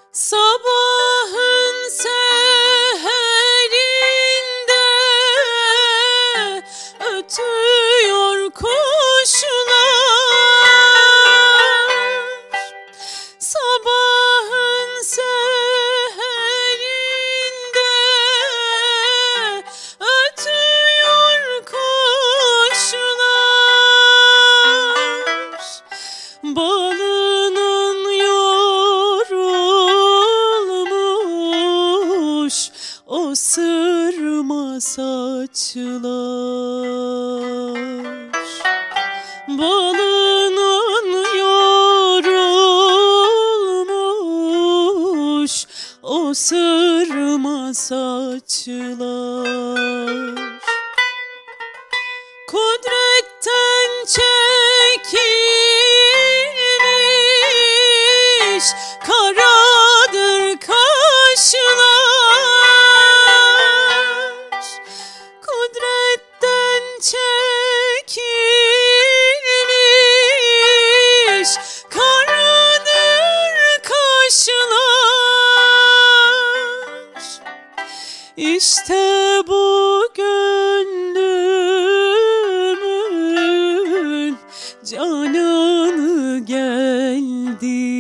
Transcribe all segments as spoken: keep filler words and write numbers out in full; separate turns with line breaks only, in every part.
Sabahın seherinde ötüyor kuşlar. Sabahın seherinde ötüyor kuşlar. Balının yorulmuş o sırma saçlar. Balının yorulmuş o sırma saçlar. Kudretten çekilmiş karadır kaşlar. Kudretten çekilmiş karadır kaşlar. İşte bu gönlümün cananı geldi.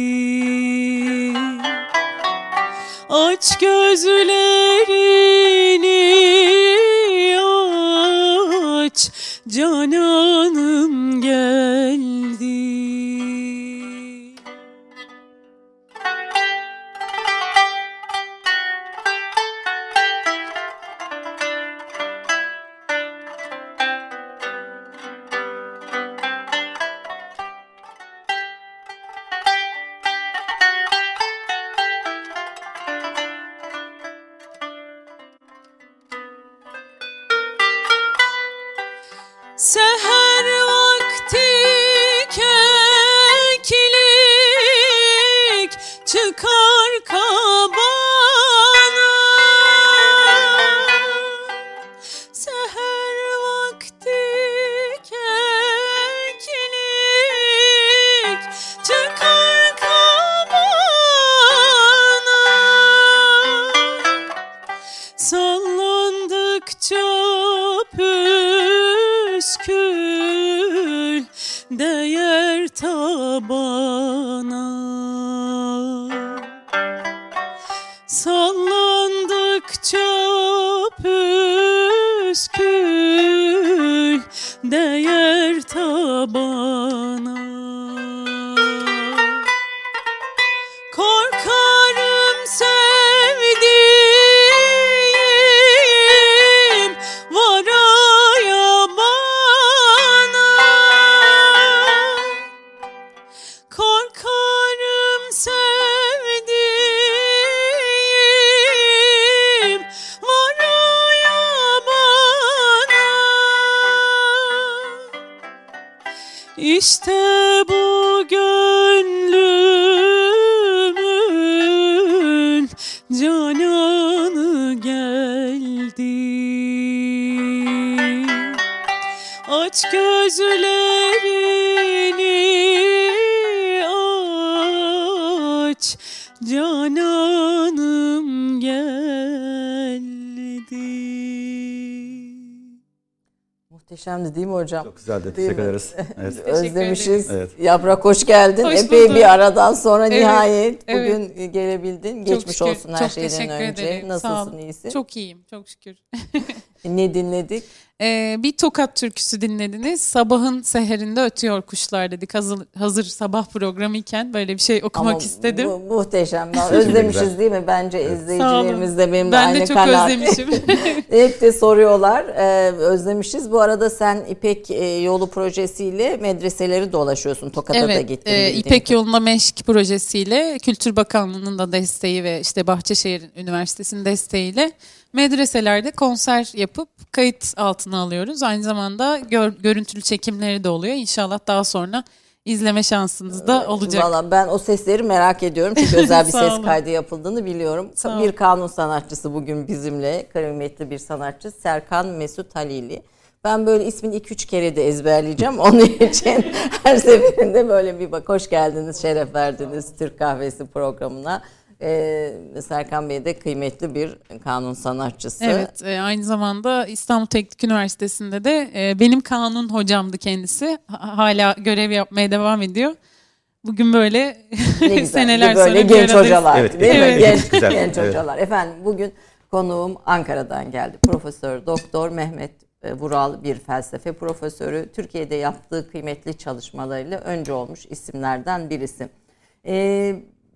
Aç gözlerini aç, cananım geldi. Seher vakti keklik çıkar kabana. Seher vakti keklik çıkar kabana. Sallandıkça püskül değer tabana. Sallandıkça püskül değer tabana. Korkarım sevdiğim varaya bana. Korkarım sevdiğim varaya bana. İşte bu gönlümün cananı geldi. Aç gözlerini aç, cananım geldi.
Muhteşemdi değil mi hocam?
Çok güzeldi.
Değil
Teşekkür
mi?
ederiz. Evet.
Özlemişiz.
Evet.
Yaprak hoş geldin.
Hoş
Epey
bulduk.
bir aradan sonra
Evet,
nihayet
evet.
bugün gelebildin.
Çok
Geçmiş
şükür,
olsun her
çok
şeyden
teşekkür
önce.
ederim. Sağ
Nasılsın,
olun.
iyisin?
Çok iyiyim, çok şükür.
Ne dinledik?
Ee, bir Tokat türküsü dinlediniz. Sabahın seherinde ötüyor kuşlar dedik. Hazır, hazır sabah programı iken böyle bir şey okumak
Ama
istedim.
Bu, muhteşem. Özlemişiz değil mi? Bence evet. izleyicilerimiz de benim de
ben
aynı
de çok
kanaat.
özlemişim.
Hep de soruyorlar. Ee, özlemişiz. Bu arada sen İpek e, Yolu projesiyle medreseleri dolaşıyorsun. Tokat'a
evet,
da gittin.
E, İpek Yoluna Meşk projesiyle Kültür Bakanlığı'nın da desteği ve işte Bahçeşehir Üniversitesi'nin desteğiyle medreselerde konser yapıp kayıt altına alıyoruz. Aynı zamanda gör, görüntülü çekimleri de oluyor. İnşallah daha sonra izleme şansınız da olacak.
Valla ben o sesleri merak ediyorum. Çünkü özel bir ses
olun.
kaydı yapıldığını biliyorum.
Sağ
bir
olun.
kanun sanatçısı bugün bizimle. Kıymetli bir sanatçı Serkan Mesut Halili. Ben böyle ismini iki üç kere de ezberleyeceğim. Onun için her seferinde böyle bir bak. Hoş geldiniz, şeref verdiniz Türk Kahvesi programına. Ee, Serkan Bey de kıymetli bir kanun sanatçısı.
Evet, e, aynı zamanda İstanbul Teknik Üniversitesi'nde de e, benim kanun hocamdı kendisi. H- hala görev yapmaya devam ediyor. Bugün böyle
güzel,
seneler
böyle
sonra
genç hocalar,
evet,
değil
evet.
mi? Genç,
Güzel,
genç
evet.
hocalar. Efendim bugün konuğum Ankara'dan geldi. Profesör Doktor Mehmet Vural, bir felsefe profesörü. Türkiye'de yaptığı kıymetli çalışmalarıyla önce olmuş isimlerden birisi. Ee,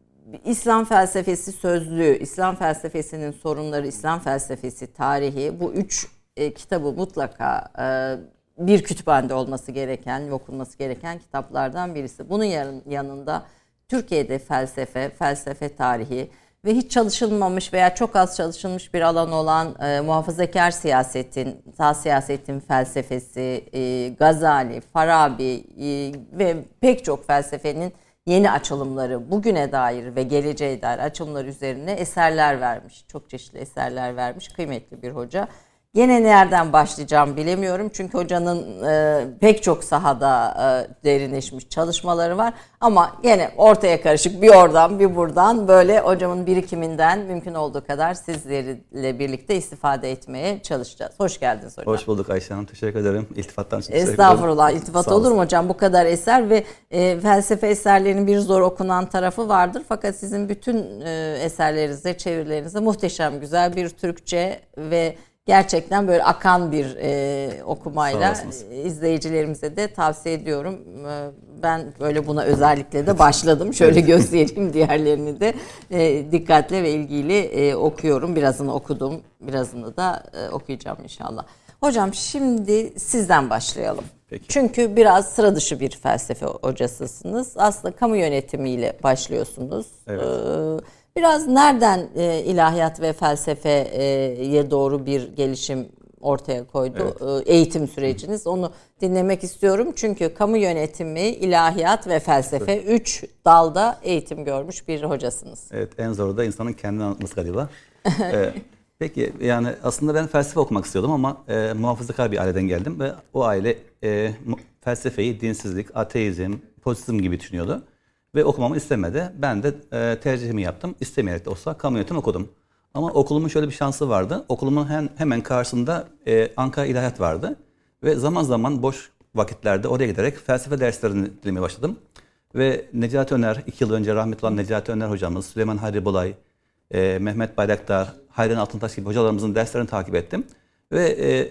İslam felsefesi sözlüğü, İslam felsefesinin sorunları, İslam felsefesi tarihi, bu üç e, kitabı mutlaka e, bir kütüphanede olması gereken, okunması gereken kitaplardan birisi. Bunun yanında Türkiye'de felsefe, felsefe tarihi ve hiç çalışılmamış veya çok az çalışılmış bir alan olan e, muhafazakar siyasetin, sağ siyasetin felsefesi, e, Gazali, Farabi e, ve pek çok felsefenin yeni açılımları, bugüne dair ve geleceğe dair açılımlar üzerine eserler vermiş. Çok çeşitli eserler vermiş. Kıymetli bir hoca. Gene nereden başlayacağım bilemiyorum. Çünkü hocanın e, pek çok sahada e, derinleşmiş çalışmaları var. Ama gene ortaya karışık bir oradan bir buradan böyle hocamın birikiminden mümkün olduğu kadar sizlerle birlikte istifade etmeye çalışacağız. Hoş geldiniz hocam.
Hoş bulduk Ayşe Hanım. Teşekkür ederim. İltifattan için teşekkür ederim.
Estağfurullah. İltifat olur mu hocam? Bu kadar eser ve e, felsefe eserlerinin bir zor okunan tarafı vardır. Fakat sizin bütün e, eserlerinizde, çevirilerinizde muhteşem güzel bir Türkçe ve gerçekten böyle akan bir e, okumayla izleyicilerimize de tavsiye ediyorum. E, ben böyle buna özellikle de başladım. Şöyle göstereyim, diğerlerini de e, dikkatle ve ilgiyle e, okuyorum. Birazını okudum, birazını da e, okuyacağım inşallah. Hocam şimdi sizden başlayalım.
Peki.
Çünkü biraz sıra dışı bir felsefe hocasısınız. Aslında kamu yönetimiyle başlıyorsunuz.
Evet.
Ee, Biraz nereden e, ilahiyat ve felsefeye doğru bir gelişim ortaya koydu, evet. e, eğitim süreciniz? Onu dinlemek istiyorum. Çünkü kamu yönetimi, ilahiyat ve felsefe evet. üç dalda eğitim görmüş bir hocasınız.
Evet, en zoru da insanın kendini anlatması galiba. ee, peki, yani aslında ben felsefe okumak istiyordum ama e, muhafazakar bir aileden geldim ve o aile e, felsefeyi dinsizlik, ateizm, pozitivizm gibi düşünüyordu. Ve okumamı istemedi. Ben de e, tercihimi yaptım. İstemeyerek de olsa kamu yönetimi okudum. Ama okulumun şöyle bir şansı vardı. Okulumun hem, hemen karşısında e, Ankara İlahiyat vardı. Ve zaman zaman boş vakitlerde oraya giderek felsefe derslerini dinlemeye başladım. Ve Necati Öner, iki yıl önce rahmetli olan Necati Öner hocamız, Süleyman Hayri Bulay, e, Mehmet Bayraktar, Hayren Altıntaş gibi hocalarımızın derslerini takip ettim. Ve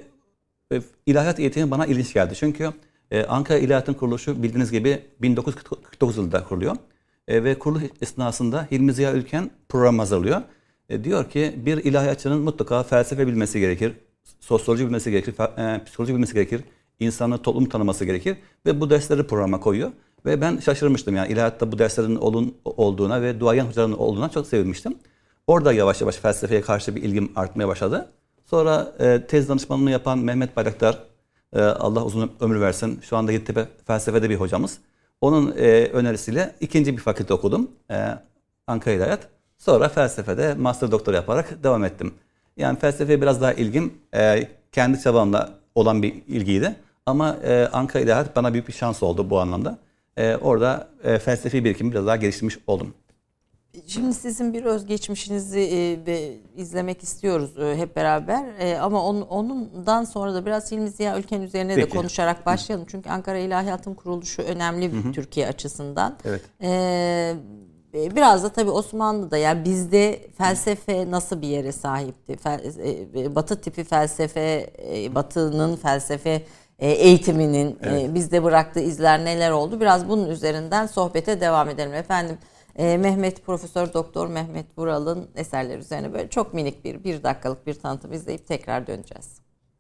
e, e, ilahiyat eğitimi bana ilginç geldi. Çünkü Ee, Ankara İlahiyat'ın kuruluşu bildiğiniz gibi bin dokuz yüz kırk dokuz yılında kuruluyor. Ee, ve kuruluş esnasında Hilmi Ziya Ülken program hazırlıyor. Ee, diyor ki bir ilahiyatçının mutlaka felsefe bilmesi gerekir, sosyoloji bilmesi gerekir, e, psikoloji bilmesi gerekir, insanı, toplumu tanıması gerekir ve bu dersleri programa koyuyor. Ve ben şaşırmıştım, yani ilahiyatta bu derslerin olun, olduğuna ve duayen hocaların olduğuna çok sevinmiştim. Orada yavaş yavaş felsefeye karşı bir ilgim artmaya başladı. Sonra e, tez danışmanlığını yapan Mehmet Bayraktar, Allah uzun ömür versin. Şu anda Yeditepe felsefede bir hocamız. Onun e, önerisiyle ikinci bir fakülte okudum. E, Ankara İlahiyat. Sonra felsefede master doktor yaparak devam ettim. Yani felsefeye biraz daha ilgim e, kendi çabamla olan bir ilgiydi. Ama e, Ankara İlahiyat bana büyük bir şans oldu bu anlamda. E, orada e, felsefi birikimi biraz daha geliştirmiş oldum.
Şimdi sizin bir özgeçmişinizi e, izlemek istiyoruz e, hep beraber e, ama on, onundan sonra da biraz Hilmi Ziya Ülken üzerine Peki. de konuşarak başlayalım. Hı. Çünkü Ankara İlahiyat'ın kuruluşu önemli bir Hı-hı. Türkiye açısından. Evet. E, biraz da tabii Osmanlı'da, yani bizde felsefe nasıl bir yere sahipti? Fel, e, Batı tipi felsefe, e, Batı'nın felsefe e, eğitiminin evet. e, bizde bıraktığı izler neler oldu? Biraz bunun üzerinden sohbete devam edelim efendim. E, Mehmet Profesör Doktor Mehmet Vural'ın eserleri üzerine böyle çok minik bir bir dakikalık bir tanıtım izleyip tekrar döneceğiz.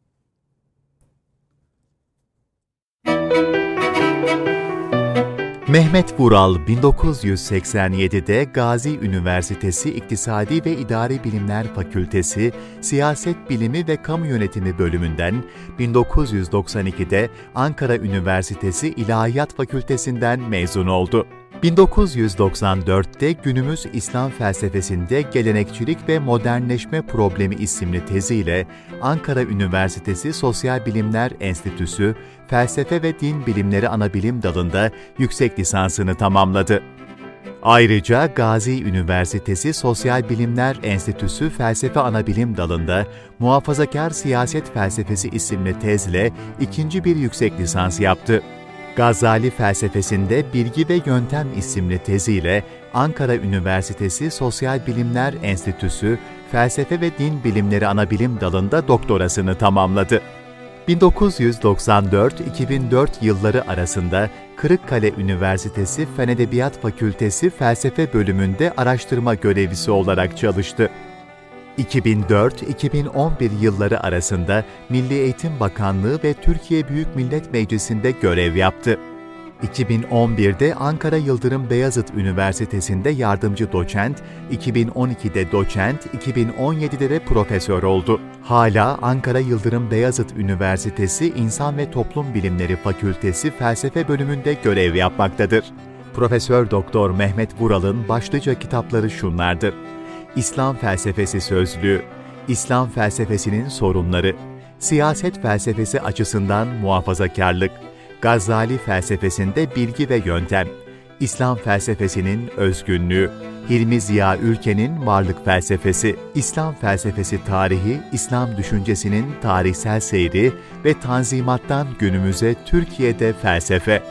Mehmet Vural bin dokuz yüz seksen yedide Gazi Üniversitesi İktisadi ve İdari Bilimler Fakültesi Siyaset Bilimi ve Kamu Yönetimi bölümünden, bin dokuz yüz doksan ikide Ankara Üniversitesi İlahiyat Fakültesinden mezun oldu. bin dokuz yüz doksan dörtte günümüz İslam felsefesinde gelenekçilik ve modernleşme problemi isimli teziyle Ankara Üniversitesi Sosyal Bilimler Enstitüsü Felsefe ve Din Bilimleri Anabilim Dalı'nda yüksek lisansını tamamladı. Ayrıca Gazi Üniversitesi Sosyal Bilimler Enstitüsü Felsefe Anabilim Dalı'nda Muhafazakar Siyaset Felsefesi isimli tezle ikinci bir yüksek lisans yaptı. Gazali felsefesinde Bilgi ve Yöntem isimli teziyle Ankara Üniversitesi Sosyal Bilimler Enstitüsü Felsefe ve Din Bilimleri Anabilim Dalı'nda doktorasını tamamladı. bin dokuz yüz doksan dört iki bin dört yılları arasında Kırıkkale Üniversitesi Fen Edebiyat Fakültesi Felsefe Bölümünde araştırma görevlisi olarak çalıştı. iki bin dört iki bin on bir yılları arasında Milli Eğitim Bakanlığı ve Türkiye Büyük Millet Meclisi'nde görev yaptı. iki bin on birde Ankara Yıldırım Beyazıt Üniversitesi'nde yardımcı doçent, iki bin on ikide doçent, iki bin on yedide de profesör oldu. Hala Ankara Yıldırım Beyazıt Üniversitesi İnsan ve Toplum Bilimleri Fakültesi Felsefe Bölümünde görev yapmaktadır. Profesör Doktor Mehmet Vural'ın başlıca kitapları şunlardır: İslam Felsefesi Sözlüğü, İslam Felsefesinin Sorunları, Siyaset Felsefesi Açısından Muhafazakarlık, Gazali Felsefesinde Bilgi ve Yöntem, İslam Felsefesinin Özgünlüğü, Hilmi Ziya Ülken'in Varlık Felsefesi, İslam Felsefesi Tarihi, İslam Düşüncesinin Tarihsel Seyri ve Tanzimat'tan Günümüze Türkiye'de Felsefe.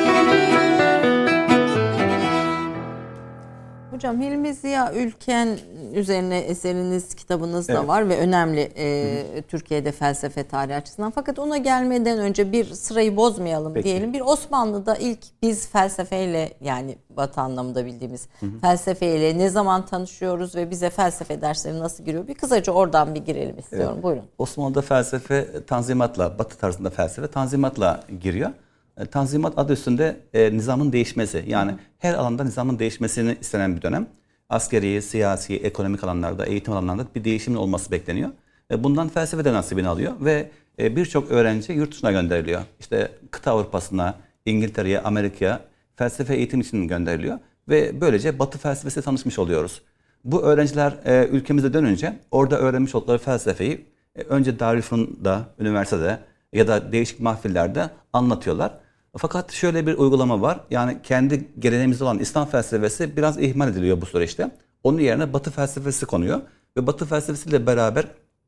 Hocam Hilmi Ziya Ülken üzerine eseriniz, kitabınız da
evet.
var ve önemli e, Türkiye'de felsefe tarihi açısından. Fakat ona gelmeden önce bir sırayı bozmayalım Peki. diyelim. Bir Osmanlı'da ilk biz felsefeyle, yani Batı anlamında bildiğimiz hı hı. felsefeyle ne zaman tanışıyoruz ve bize felsefe dersleri nasıl giriyor? Bir kısaca oradan bir girelim istiyorum. Evet. Buyurun.
Osmanlı'da felsefe Tanzimat'la, Batı tarzında felsefe Tanzimat'la giriyor. Tanzimat adı üstünde e, nizamın değişmesi, yani her alanda nizamın değişmesini istenen bir dönem. Askeri, siyasi, ekonomik alanlarda, eğitim alanlarında bir değişimin olması bekleniyor. E, bundan felsefe de nasibini alıyor ve e, birçok öğrenci yurt dışına gönderiliyor. İşte kıta Avrupa'sına, İngiltere'ye, Amerika'ya felsefe eğitim için gönderiliyor ve böylece Batı felsefesiyle tanışmış oluyoruz. Bu öğrenciler e, ülkemize dönünce orada öğrenmiş oldukları felsefeyi e, önce Darülfünun'da, üniversitede ya da değişik mahfillerde anlatıyorlar. Fakat şöyle bir uygulama var. Yani kendi geleneğimizde olan İslam felsefesi biraz ihmal ediliyor bu süreçte. Onun yerine Batı felsefesi konuyor. Ve Batı felsefesiyle beraber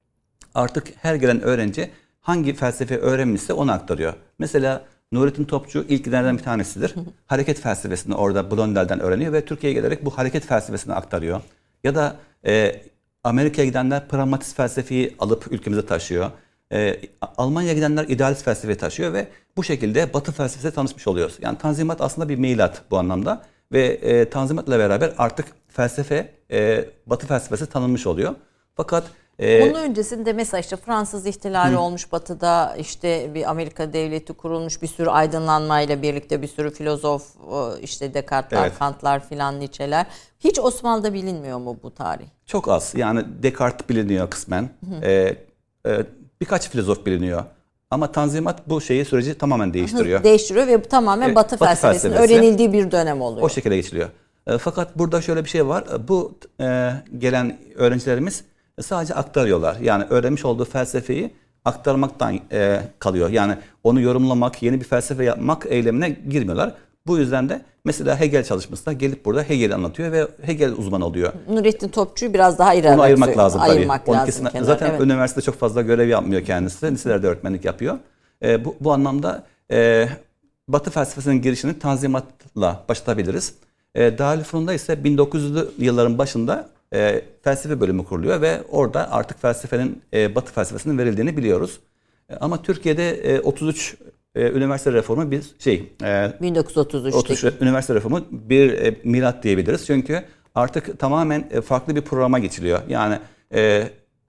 artık her gelen öğrenci hangi felsefeyi öğrenmişse onu aktarıyor. Mesela Nurettin Topçu ilklerden bir tanesidir. Hareket felsefesini orada Blondel'den öğreniyor ve Türkiye'ye gelerek bu hareket felsefesini aktarıyor. Ya da e, Amerika'ya gidenler pragmatist felsefeyi alıp ülkemize taşıyor. E, Almanya'ya gidenler idealist felsefeyi taşıyor ve bu şekilde Batı felsefesiyle tanışmış oluyoruz. Yani Tanzimat aslında bir milat bu anlamda ve e, Tanzimat'la beraber artık felsefe, e, Batı felsefesi tanınmış oluyor. Fakat
e, onun öncesinde mesela işte Fransız ihtilali hı. olmuş Batı'da, işte bir Amerika devleti kurulmuş, bir sürü aydınlanmayla birlikte bir sürü filozof, işte Descartes'ler, evet. Kant'lar filan, Nietzsche'ler. Hiç Osmanlı'da bilinmiyor mu bu tarih?
Çok az. Yani Descartes biliniyor kısmen. Hı. E, e, birkaç filozof biliniyor. Ama Tanzimat bu şeyi, süreci tamamen değiştiriyor.
Değiştiriyor ve tamamen evet, Batı, Batı felsefesinin felsefesi öğrenildiği bir dönem oluyor.
O şekilde geçiliyor. E, fakat burada şöyle bir şey var. Bu e, gelen öğrencilerimiz sadece aktarıyorlar. Yani öğrenmiş olduğu felsefeyi aktarmaktan e, kalıyor. Yani onu yorumlamak, yeni bir felsefe yapmak eylemine girmiyorlar. Bu yüzden de mesela Hegel çalışmasında gelip burada Hegel'i anlatıyor ve Hegel uzman oluyor.
Nurettin Topçu'yu biraz daha ayırarak
Onu ayırmak lazım tabii.
Ayırmak lazım
kesin,
kenara,
zaten
evet.
üniversitede çok fazla görev yapmıyor kendisi. Liselerde öğretmenlik yapıyor. E, bu, bu anlamda e, Batı felsefesinin girişini Tanzimat'la başlatabiliriz. E, Darülfünun'da ise bin dokuz yüzlü yılların başında e, felsefe bölümü kuruluyor ve orada artık felsefenin, e, Batı felsefesinin verildiğini biliyoruz. E, ama Türkiye'de e, otuz üç e, üniversite reformu bir şey. E,
bin dokuz yüz otuz üç'teki
otuz üç üniversite reformu bir e, milat diyebiliriz. Çünkü artık tamamen e, farklı bir programa geçiliyor. Yani e,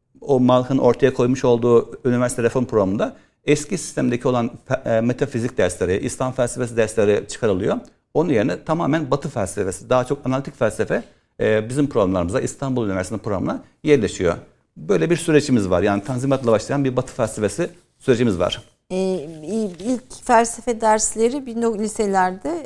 o Malh'ın ortaya koymuş olduğu üniversite reform programında eski sistemdeki olan e, metafizik dersleri, İslam felsefesi dersleri çıkarılıyor. Onun yerine tamamen Batı felsefesi, daha çok analitik felsefe e, bizim programlarımıza, İstanbul Üniversitesi'nin programına yerleşiyor. Böyle bir sürecimiz var. Yani Tanzimat'la başlayan bir Batı felsefesi sürecimiz var.
Ee, ilk felsefe dersleri liselerde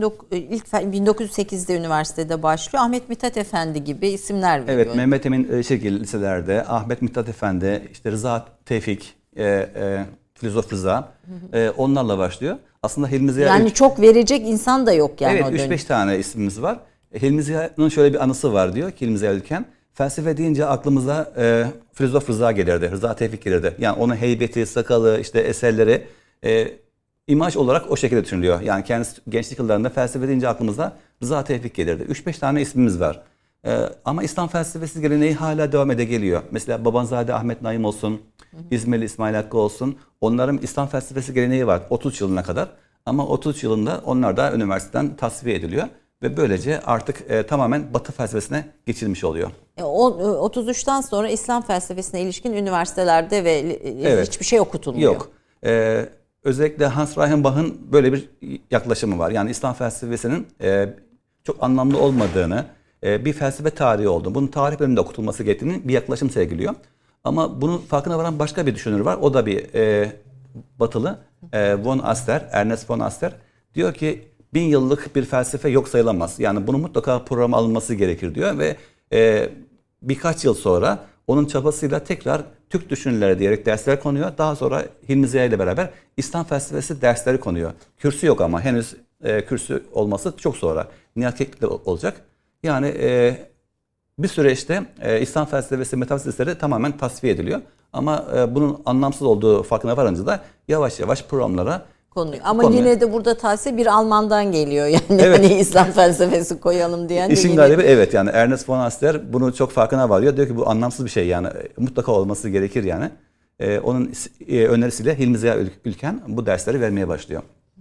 ilk bin dokuz yüz sekiz'de üniversitede başlıyor. Ahmet Mithat Efendi gibi isimler veriyor.
Evet, Mehmet Emin Şekil liselerde, Ahmet Mithat Efendi, işte Rıza Tevfik, e, e, filozof Rıza, hı hı. E, onlarla başlıyor. Aslında Hilmi Ziya...
Yani üç, çok verecek insan da yok yani
evet,
o dönem.
üç beş tane ismimiz var. Hilmi Ziya'nın şöyle bir anısı var diyor ki Hilmi Ziya Ülken, felsefe deyince aklımıza e, filozof Rıza gelirdi, Rıza Tevfik gelirdi. Yani onun heybeti, sakalı, işte eserleri e, imaj olarak o şekilde düşünülüyor. Yani kendisi gençlik yıllarında felsefe deyince aklımıza Rıza Tevfik gelirdi. üç beş tane ismimiz var. E, ama İslam felsefesi geleneği hala devam ede geliyor. Mesela Babanzade Ahmet Naim olsun, hı hı. İzmirli İsmail Hakkı olsun. Onların İslam felsefesi geleneği var otuz yılına kadar. Ama otuz yılında onlar da üniversiteden tasfiye ediliyor. Ve böylece artık e, tamamen Batı felsefesine geçilmiş oluyor.
otuz üçten sonra İslam felsefesine ilişkin üniversitelerde ve evet. hiçbir şey okutulmuyor.
Yok. Ee, özellikle Hans Reichenbach'ın böyle bir yaklaşımı var. Yani İslam felsefesinin e, çok anlamlı olmadığını, e, bir felsefe tarihi olduğunu, bunun tarih bölümünde okutulması gerektiğini bir yaklaşım sergiliyor. Ama bunun farkına varan başka bir düşünür var. O da bir e, Batılı, e, von Aster, Ernest von Aster. Diyor ki bin yıllık bir felsefe yok sayılamaz. Yani bunun mutlaka programa alınması gerekir diyor ve e, birkaç yıl sonra onun çabasıyla tekrar Türk düşünürleri diyerek dersler konuyor. Daha sonra Hilmi Ziya ile beraber İslam felsefesi dersleri konuyor. Kürsü yok ama henüz e, kürsü olması çok sonra. Nihat Keklik'le olacak. Yani e, bir süreçte e, İslam felsefesi metafizikleri tamamen tasfiye ediliyor. Ama e, bunun anlamsız olduğu farkına varınca da yavaş yavaş programlara
konuyor. Ama
konuyor.
Yine de burada tavsiye bir Alman'dan geliyor. Yani
evet.
hani İslam felsefesi koyalım diyen de
İşin
yine...
galibi evet yani Ernest von Aster bunu çok farkına varıyor. Diyor ki bu anlamsız bir şey yani mutlaka olması gerekir yani. Ee, onun e, önerisiyle Hilmi Ziya Ülken bu dersleri vermeye başlıyor.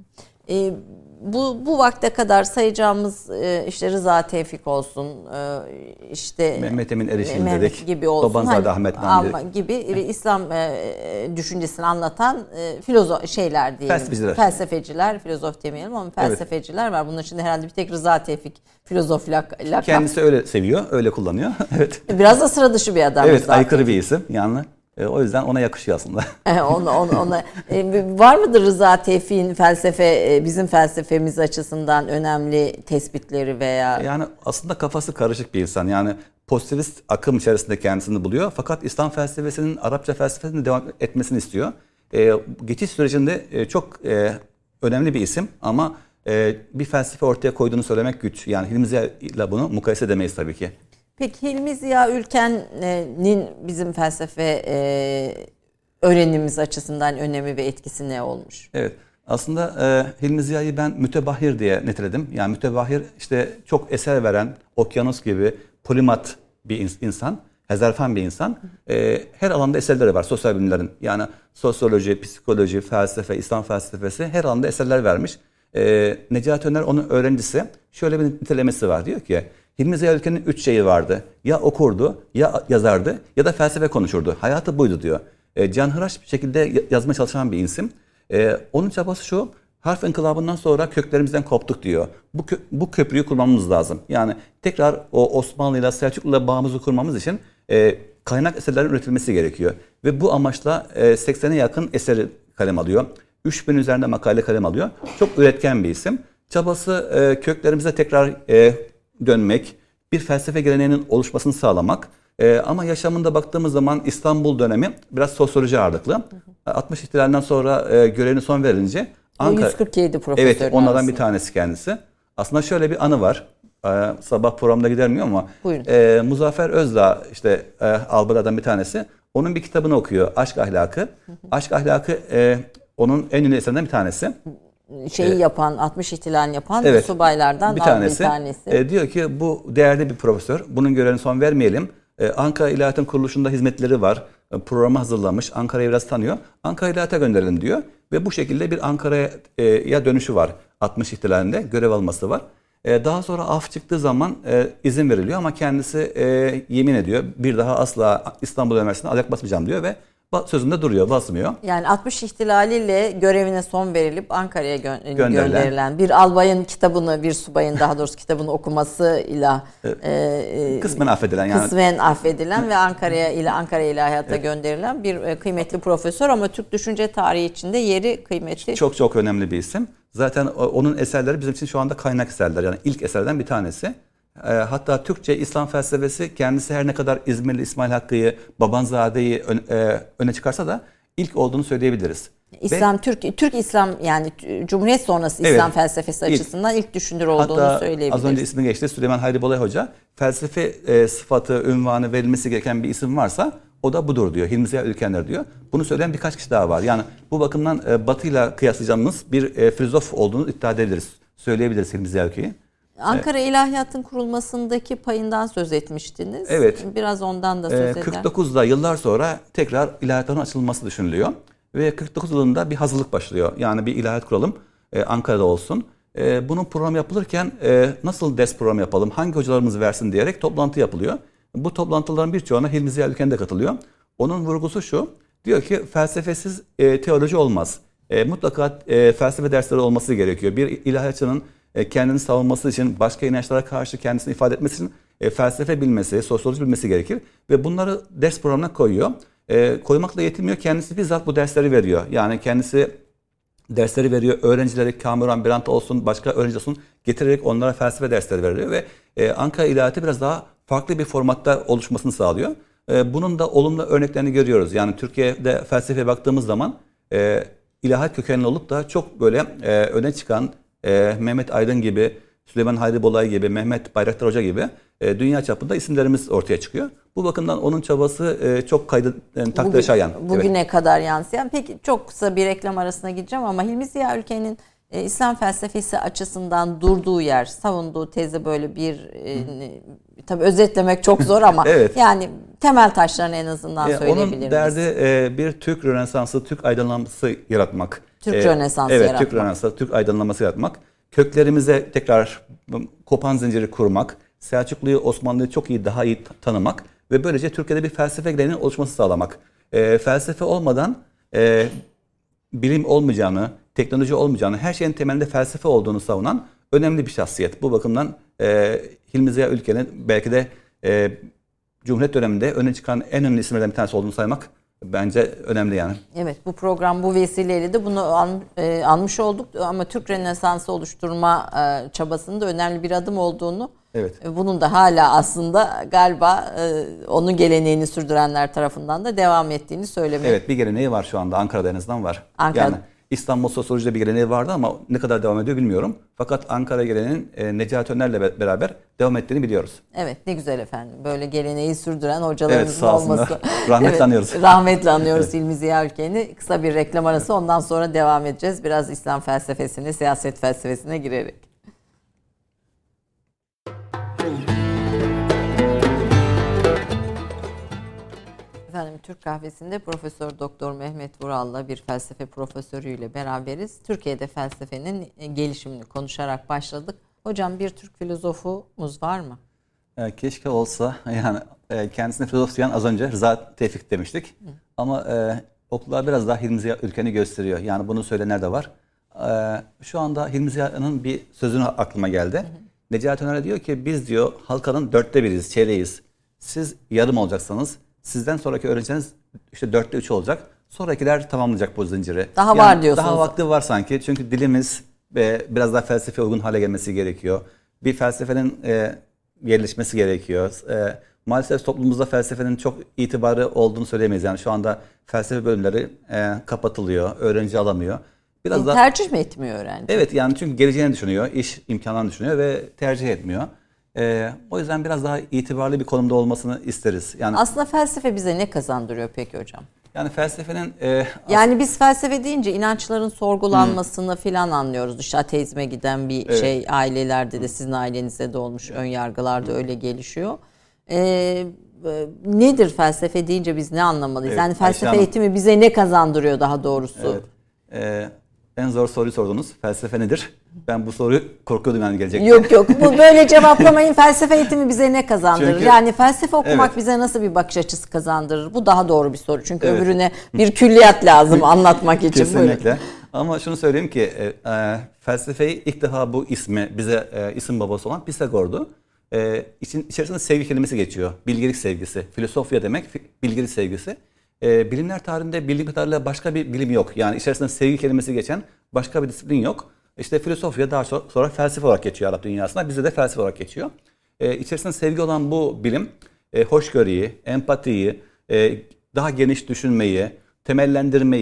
E, bu bu vakte kadar sayacağımız e, işte Rıza Tevfik olsun, e, işte
Mehmet Emin Erişim dedik,
gibi olsun,
Babanzade hani, Ahmet Naim dedik.
Gibi ve İslam e, düşüncesini anlatan e, filozof şeyler diyelim.
Felsefeciler.
Felsefeciler, filozof demeyelim ama felsefeciler evet. var. Bunun içinde herhalde bir tek Rıza Tevfik filozof lak, lakap.
Kendisi öyle seviyor, öyle kullanıyor. Evet.
Biraz da sıra dışı bir adam.
Evet,
zaten.
aykırı bir isim yani. E, o yüzden ona yakışıyor aslında.
ona, ona, ona. E, var mıdır Rıza Tevfik'in felsefe, e, bizim felsefemiz açısından önemli tespitleri veya?
Yani aslında kafası karışık bir insan. Yani pozitivist akım içerisinde kendisini buluyor. Fakat İslam felsefesinin Arapça felsefesinin devam etmesini istiyor. E, geçiş sürecinde e, çok e, önemli bir isim ama e, bir felsefe ortaya koyduğunu söylemek güç. Yani Hilmi Ziya ile bunu mukayese edemeyiz tabii ki.
Peki Hilmi Ziya Ülken'in bizim felsefe e, öğrenimimiz açısından önemi ve etkisi ne olmuş?
Evet. Aslında e, Hilmi Ziya'yı ben mütebahhir diye niteledim. Yani mütebahhir işte çok eser veren, okyanus gibi polimat bir insan, hezarfen bir insan. E, her alanda eserleri var sosyal bilimlerin. Yani sosyoloji, psikoloji, felsefe, İslam felsefesi her alanda eserler vermiş. E, Necati Öner onun öğrencisi. Şöyle bir nitelemesi var. Diyor ki Hilmi Ziya Ülken'in üç şeyi vardı. Ya okurdu, ya yazardı, ya da felsefe konuşurdu. Hayatı buydu diyor. E, canhıraş bir şekilde yazmaya çalışan bir isim. E, onun çabası şu, harf inkılabından sonra köklerimizden koptuk diyor. Bu, kö- bu köprüyü kurmamız lazım. Yani tekrar o Osmanlı'yla, Selçuklu'yla bağımızı kurmamız için e, kaynak eserlerin üretilmesi gerekiyor. Ve bu amaçla e, seksene yakın eseri kalem alıyor. üç bin üzerinde makale kalem alıyor. Çok üretken bir isim. Çabası e, köklerimize tekrar e, dönmek, bir felsefe geleneğinin oluşmasını sağlamak. Ee, ama yaşamında baktığımız zaman İstanbul dönemi biraz sosyoloji ağırlıklı. Hı hı. altmış ihtilalinden sonra e, görevine son verince
Ankara... yüz kırk yedi profesörün
Evet, onlardan
arasında.
bir tanesi kendisi. Aslında şöyle bir anı var. Ee, sabah programda gidermiyor ama e, Muzaffer Özdağ işte e, albalardan bir tanesi. Onun bir kitabını okuyor. Aşk Ahlakı. Hı hı. Aşk Ahlakı e, onun en ünlü eserinden bir tanesi.
Şeyi yapan, altmış ihtilalini yapan evet, subaylardan
bir tanesi.
Bir tanesi.
E, diyor ki bu değerli bir profesör. Bunun görevine son vermeyelim. E, Ankara İlahiyat'ın kuruluşunda hizmetleri var. E, programı hazırlamış. Ankara'yı biraz tanıyor. Ankara İlahiyat'a gönderelim diyor. Ve bu şekilde bir Ankara'ya e, dönüşü var. altmış ihtilalinde görev alması var. E, daha sonra af çıktığı zaman e, izin veriliyor ama kendisi e, yemin ediyor. Bir daha asla İstanbul Üniversitesi'ne ayak basmayacağım diyor ve sözünde duruyor, basmıyor.
Yani altmış ihtilaliyle görevine son verilip Ankara'ya gö- gönderilen bir albayın kitabını, bir subayın daha doğrusu kitabını okumasıyla
e, kısmen affedilen yani
kısmen affedilen ve Ankara'ya ile Ankara İlahiyat'a evet, gönderilen bir e, kıymetli profesör ama Türk düşünce tarihi içinde yeri kıymetli.
Çok çok önemli bir isim. Zaten onun eserleri bizim için şu anda kaynak eserler. Yani ilk eserden bir tanesi. Hatta Türkçe İslam felsefesi kendisi her ne kadar İzmirli İsmail Hakkı'yı, Babanzade'yi öne çıkarsa da ilk olduğunu söyleyebiliriz.
İslam, Ve, Türk Türk İslam yani Cumhuriyet sonrası İslam evet, felsefesi ilk, açısından ilk düşünür olduğunu hatta söyleyebiliriz.
Az önce ismi geçti, Süleyman Hayri Bolay Hoca. Felsefe e, sıfatı, ünvanı verilmesi gereken bir isim varsa o da budur diyor. Hilmi Ziya Ülkender diyor. Bunu söyleyen birkaç kişi daha var. Yani bu bakımdan e, Batı'yla kıyaslayacağımız bir e, filozof olduğunu iddia edebiliriz. Söyleyebiliriz Hilmi Ziya Ülke'yi.
Ankara evet. İlahiyat'ın kurulmasındaki payından söz etmiştiniz.
Evet.
Biraz ondan da söz eder.
kırk dokuzda yıllar sonra tekrar ilahiyatların açılması düşünülüyor. Ve kırk dokuz yılında bir hazırlık başlıyor. Yani bir ilahiyat kuralım, e, Ankara'da olsun. E, bunun programı yapılırken e, nasıl ders programı yapalım, hangi hocalarımız versin diyerek toplantı yapılıyor. Bu toplantıların birçoğuna Hilmi Ziya Ülkender katılıyor. Onun vurgusu şu, diyor ki felsefesiz e, teoloji olmaz. E, mutlaka e, felsefe dersleri olması gerekiyor. Bir ilahiyatçının e, kendini savunması için, başka inançlara karşı kendisini ifade etmesi için e, felsefe bilmesi, sosyoloji bilmesi gerekir. Ve bunları ders programına koyuyor. E, koymakla yetinmiyor, kendisi bizzat bu dersleri veriyor. Yani kendisi dersleri veriyor, öğrencileri Kamuran Birant olsun, başka öğrenci olsun getirerek onlara felsefe dersleri veriyor ve e, Ankara İlahiyatı biraz daha farklı bir formatta oluşmasını sağlıyor. E, bunun da olumlu örneklerini görüyoruz. Yani Türkiye'de felsefeye baktığımız zaman e, ilahiyat kökenli olup da çok böyle e, öne çıkan e, Mehmet Aydın gibi, Süleyman Hayri Bolay gibi, Mehmet Bayraktar Hoca gibi e, dünya çapında isimlerimiz ortaya çıkıyor. Bu bakımdan onun çabası e, çok kaydı yani, takdire şayan.
Bugüne
evet.
kadar yansıyan. Peki çok kısa bir reklam arasına gideceğim ama Hilmi Ziya Ülke'nin e, İslam felsefesi açısından durduğu yer, savunduğu tezi böyle bir e, tabii özetlemek çok zor ama evet. yani temel taşlarını en azından e, söyleyebilir miyiz?
Onun derdi e, bir Türk Rönesansı, Türk aydınlanması yaratmak.
Türk e, Rönesansı
evet,
yaratmak.
Evet, Türk Rönesansı, Türk aydınlanması yaratmak. Köklerimize tekrar kopan zinciri kurmak, Selçuklu'yu, Osmanlı'yı çok iyi, daha iyi tanımak ve böylece Türkiye'de bir felsefe geleneğinin oluşması sağlamak. E, felsefe olmadan e, bilim olmayacağını, teknoloji olmayacağını, her şeyin temelinde felsefe olduğunu savunan önemli bir şahsiyet. Bu bakımdan e, Hilmi Ziya Ülke'nin belki de e, Cumhuriyet döneminde öne çıkan en önemli isimlerden bir tanesi olduğunu saymak bence önemli yani.
Evet, bu program bu vesileyle de bunu an, e, anmış olduk ama Türk Rönesansı oluşturma e, çabasının da önemli bir adım olduğunu,
evet.
e, bunun da hala aslında galiba e, onun geleneğini sürdürenler tarafından da devam ettiğini söylemek.
Evet, bir geleneği var şu anda, Ankara'da en azından var.
Ankara'da.
Yani İstanbul Sosyoloji'de bir geleneği vardı ama ne kadar devam ediyor bilmiyorum. Fakat Ankara geleneğinin e, Necati Öner'le beraber devam ettiğini biliyoruz.
Evet, ne güzel efendim. Böyle geleneği sürdüren hocalarımızın evet, olması.
Rahmetle
evet,
anıyoruz.
Rahmetle anıyoruz evet. Hilmi Ziya Ülke'ni. Kısa bir reklam arası, ondan sonra devam edeceğiz. Biraz İslam felsefesine, siyaset felsefesine girerek. Efendim, Türk Kahvesi'nde Profesör Doktor Mehmet Vural'la bir felsefe profesörüyle beraberiz. Türkiye'de felsefenin gelişimini konuşarak başladık. Hocam, bir Türk filozofumuz var mı?
E, keşke olsa. Yani e, kendisine filozof diyen az önce Rıza Tevfik demiştik. Hı. Ama e, okullar biraz daha Hilmi Ziya Ülken'i gösteriyor. Yani bunu söyleyenler de var. E, şu anda Hilmi Ziya'nın bir sözünü aklıma geldi. Hı hı. Necati Öner diyor ki biz diyor halkanın dörtte biriyiz, çeyreğiz. Siz yarım olacaksanız sizden sonraki öğrenciniz işte dörtte üç olacak. Sonrakiler tamamlayacak bu zinciri.
Daha
yani
var diyorsunuz.
Daha vakti var sanki. Çünkü dilimiz e, biraz daha felsefe uygun hale gelmesi gerekiyor. Bir felsefenin e, yerleşmesi gerekiyor. E, maalesef toplumumuzda felsefenin çok itibarı olduğunu söyleyemeyiz. Yani şu anda felsefe bölümleri e, kapatılıyor. Öğrenci alamıyor.
Biraz e, daha tercih mi etmiyor öğrenci?
Evet, yani çünkü geleceğini düşünüyor, iş imkanlarını düşünüyor ve tercih etmiyor. Ee, o yüzden biraz daha itibarlı bir konumda olmasını isteriz. Yani
aslında felsefe bize ne kazandırıyor peki hocam?
Yani felsefenin e,
yani biz felsefe deyince inançların sorgulanmasını hmm. filan anlıyoruz. İşte ateizme giden bir evet. şey, ailelerde de sizin ailenizde de olmuş, ön yargılarda hmm. öyle gelişiyor. Ee, nedir felsefe deyince biz ne anlamalıyız? Evet, yani felsefe Ayşe eğitimi bize ne kazandırıyor daha doğrusu?
Evet. Ee, en zor soruyu sordunuz. Felsefe nedir? Ben bu soruyu korkuyordum yani gelecekte.
Yok yok, bu böyle cevaplamayın. Felsefe eğitimi bize ne kazandırır? Çünkü, yani felsefe okumak evet. bize nasıl bir bakış açısı kazandırır? Bu daha doğru bir soru. Çünkü evet. öbürüne bir külliyat lazım anlatmak için.
Kesinlikle. Böyle. Ama şunu söyleyeyim ki e, e, felsefeyi ilk defa bu ismi bize e, isim babası olan Pisagor'du. E, için, içerisinde sevgi kelimesi geçiyor. Bilgelik sevgisi. Filosofya demek bilgelik sevgisi. E, bilimler tarihinde bildiğim kadarıyla başka bir bilim yok. Yani içerisinde sevgi kelimesi geçen başka bir disiplin yok. İşte filosofya daha sonra, sonra felsefe olarak geçiyor Arap dünyasında. Bizde de felsefe olarak geçiyor. E, içerisinde sevgi olan bu bilim e, hoşgörüyü, empatiyi, e, daha geniş düşünmeyi, temellendirmeyi,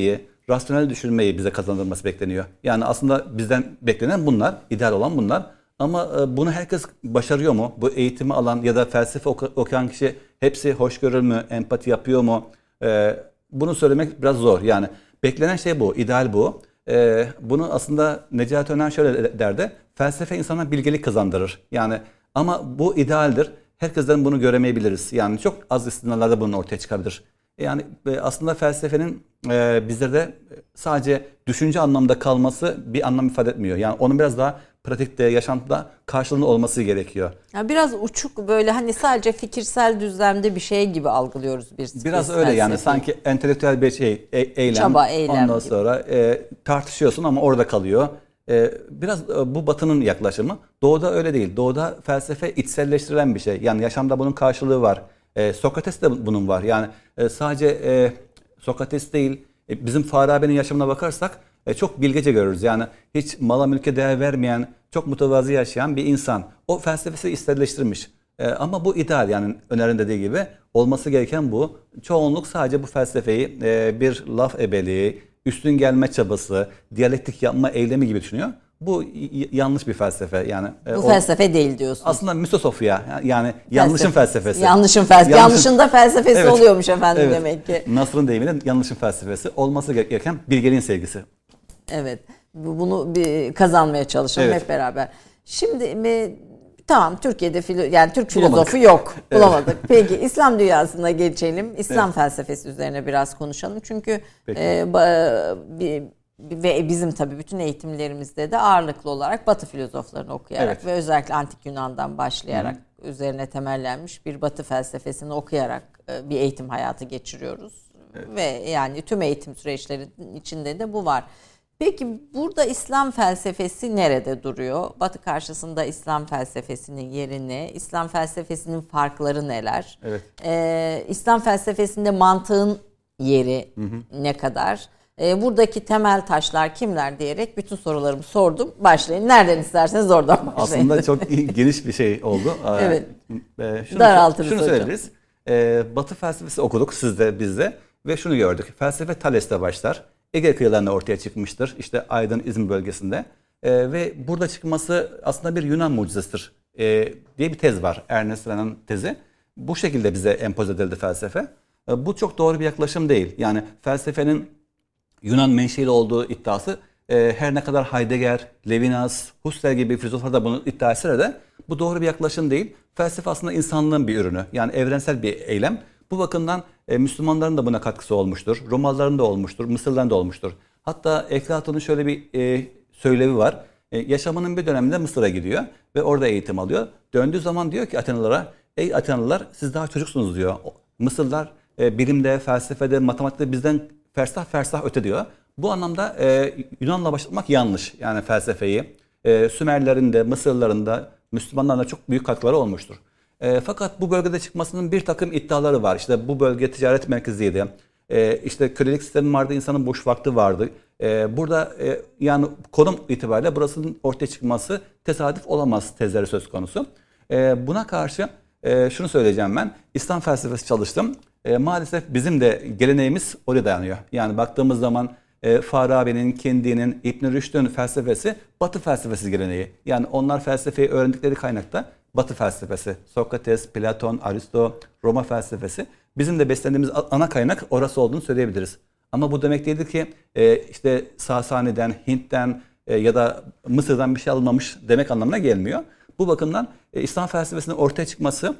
rasyonel düşünmeyi bize kazandırması bekleniyor. Yani aslında bizden beklenen bunlar, ideal olan bunlar. Ama bunu herkes başarıyor mu? Bu eğitimi alan ya da felsefe okuyan kişi hepsi hoşgörülü mü, empati yapıyor mu? Ee, bunu söylemek biraz zor. Yani beklenen şey bu, ideal bu. Ee, bunu aslında Necati Öner şöyle derdi, felsefe insana bilgelik kazandırır. Yani ama bu idealdir. Herkesten bunu göremeyebiliriz. Yani çok az istisnalarda bunun ortaya çıkabilir. Yani aslında felsefenin e, bizlerde sadece düşünce anlamda kalması bir anlam ifade etmiyor. Yani onun biraz daha pratikte, yaşantıda karşılığının olması gerekiyor.
Yani biraz uçuk böyle hani sadece fikirsel düzlemde bir şey gibi algılıyoruz biz.
Biraz
biz
öyle
felsefi.
Yani sanki entelektüel bir şey, e, eylem.
Çaba, eylem
Ondan
gibi.
sonra e, tartışıyorsun ama orada kalıyor. E, biraz e, bu Batı'nın yaklaşımı. Doğu'da öyle değil. Doğu'da felsefe içselleştirilen bir şey. Yani yaşamda bunun karşılığı var. E, Sokrates'te bunun var. Yani e, sadece e, Sokrates değil, e, bizim Farabi'nin yaşamına bakarsak e, çok bilgece görürüz. Yani hiç mala mülke değer vermeyen, çok mütevazi yaşayan bir insan. O felsefesi içselleştirmiş. E, ama bu ideal, yani Öner'in dediği gibi olması gereken bu. Çoğunluk sadece bu felsefeyi e, bir laf ebeliği, üstün gelme çabası, diyalektik yapma eylemi gibi düşünüyor. Bu y- yanlış bir felsefe. Yani
bu
o,
felsefe değil diyorsun.
aslında misosofya, yani yanlışın felsefesi.
Yanlışın felsefesi. Yanlışın da felsefesi
Evet.
oluyormuş efendim
Evet.
demek ki.
Nasr'ın deyimiyle yanlışın felsefesi, olması gereken bilgeliğin sevgisi.
Evet. Bunu bir kazanmaya çalışalım
Evet.
hep beraber. Şimdi mi, tamam Türkiye'de filo, yani Türk
Bulamadık.
filozofu yok. Bulamadık. Peki İslam dünyasına geçelim. İslam evet. felsefesi üzerine biraz konuşalım. Çünkü e, ba, bir, ve bizim tabii bütün eğitimlerimizde de ağırlıklı olarak Batı filozoflarını okuyarak
Evet.
ve özellikle Antik Yunan'dan başlayarak Hı. üzerine temellenmiş bir Batı felsefesini okuyarak e, bir eğitim hayatı geçiriyoruz. Evet. Ve yani tüm eğitim süreçlerinin içinde de bu var. Peki burada İslam felsefesi nerede duruyor? Batı karşısında İslam felsefesinin yeri ne? İslam felsefesinin farkları neler?
Evet.
Ee, İslam felsefesinde mantığın yeri hı hı. ne kadar? Ee, buradaki temel taşlar kimler diyerek bütün sorularımı sordum. Başlayın. Nereden isterseniz oradan başlayın.
Aslında çok geniş bir şey oldu.
Evet.
Ee, şunu,
Daraltırız
şunu
hocam.
söyleyebiliriz. Ee, Batı felsefesi okuduk siz de biz de ve şunu gördük. Felsefe Thales'te başlar. Ege kıyılarında ortaya çıkmıştır. İşte Aydın, İzmir bölgesinde. Ee, ve burada çıkması aslında bir Yunan mucizesidir ee, diye bir tez var. Ernest Renan'ın tezi. Bu şekilde bize empoze edildi felsefe. Ee, bu çok doğru bir yaklaşım değil. Yani felsefenin Yunan menşeli olduğu iddiası e, her ne kadar Heidegger, Levinas, Husserl gibi filozoflar da bunu iddia etse de bu doğru bir yaklaşım değil. Felsefe aslında insanlığın bir ürünü. Yani evrensel bir eylem. Bu bakımdan e, Müslümanların da buna katkısı olmuştur. Romalıların da olmuştur, Mısırlıların da olmuştur. Hatta Eflatun'un şöyle bir e, söylevi var. E, yaşamının bir döneminde Mısır'a gidiyor ve orada eğitim alıyor. Döndüğü zaman diyor ki Atenalılara, ey Atenalılar siz daha çocuksunuz diyor. Mısırlılar e, bilimde, felsefede, matematikte bizden fersah fersah öte diyor. Bu anlamda e, Yunan'la başlamak yanlış. Yani felsefeyi. E, Sümerlerin de, Mısırlıların da, Müslümanların da çok büyük katkıları olmuştur. E, fakat bu bölgede çıkmasının bir takım iddiaları var. İşte bu bölge ticaret merkeziydi. E, işte kölelik sistemi vardı, insanın boş vakti vardı. E, burada e, yani konum itibariyle burasının ortaya çıkması tesadüf olamaz tezleri söz konusu. E, buna karşı e, şunu söyleyeceğim ben. İslam felsefesi çalıştım. E, maalesef bizim de geleneğimiz oraya dayanıyor. Yani baktığımız zaman e, Farabi'nin, Kindi'nin, İbn Rüşd'ün felsefesi Batı felsefesi geleneği. Yani onlar felsefeyi öğrendikleri kaynakta Batı felsefesi, Sokrates, Platon, Aristo, Roma felsefesi. Bizim de beslendiğimiz ana kaynak orası olduğunu söyleyebiliriz. Ama bu demek değildir ki e, işte Sasani'den, Hint'ten e, ya da Mısır'dan bir şey alınmamış demek anlamına gelmiyor. Bu bakımdan e, İslam felsefesinin ortaya çıkması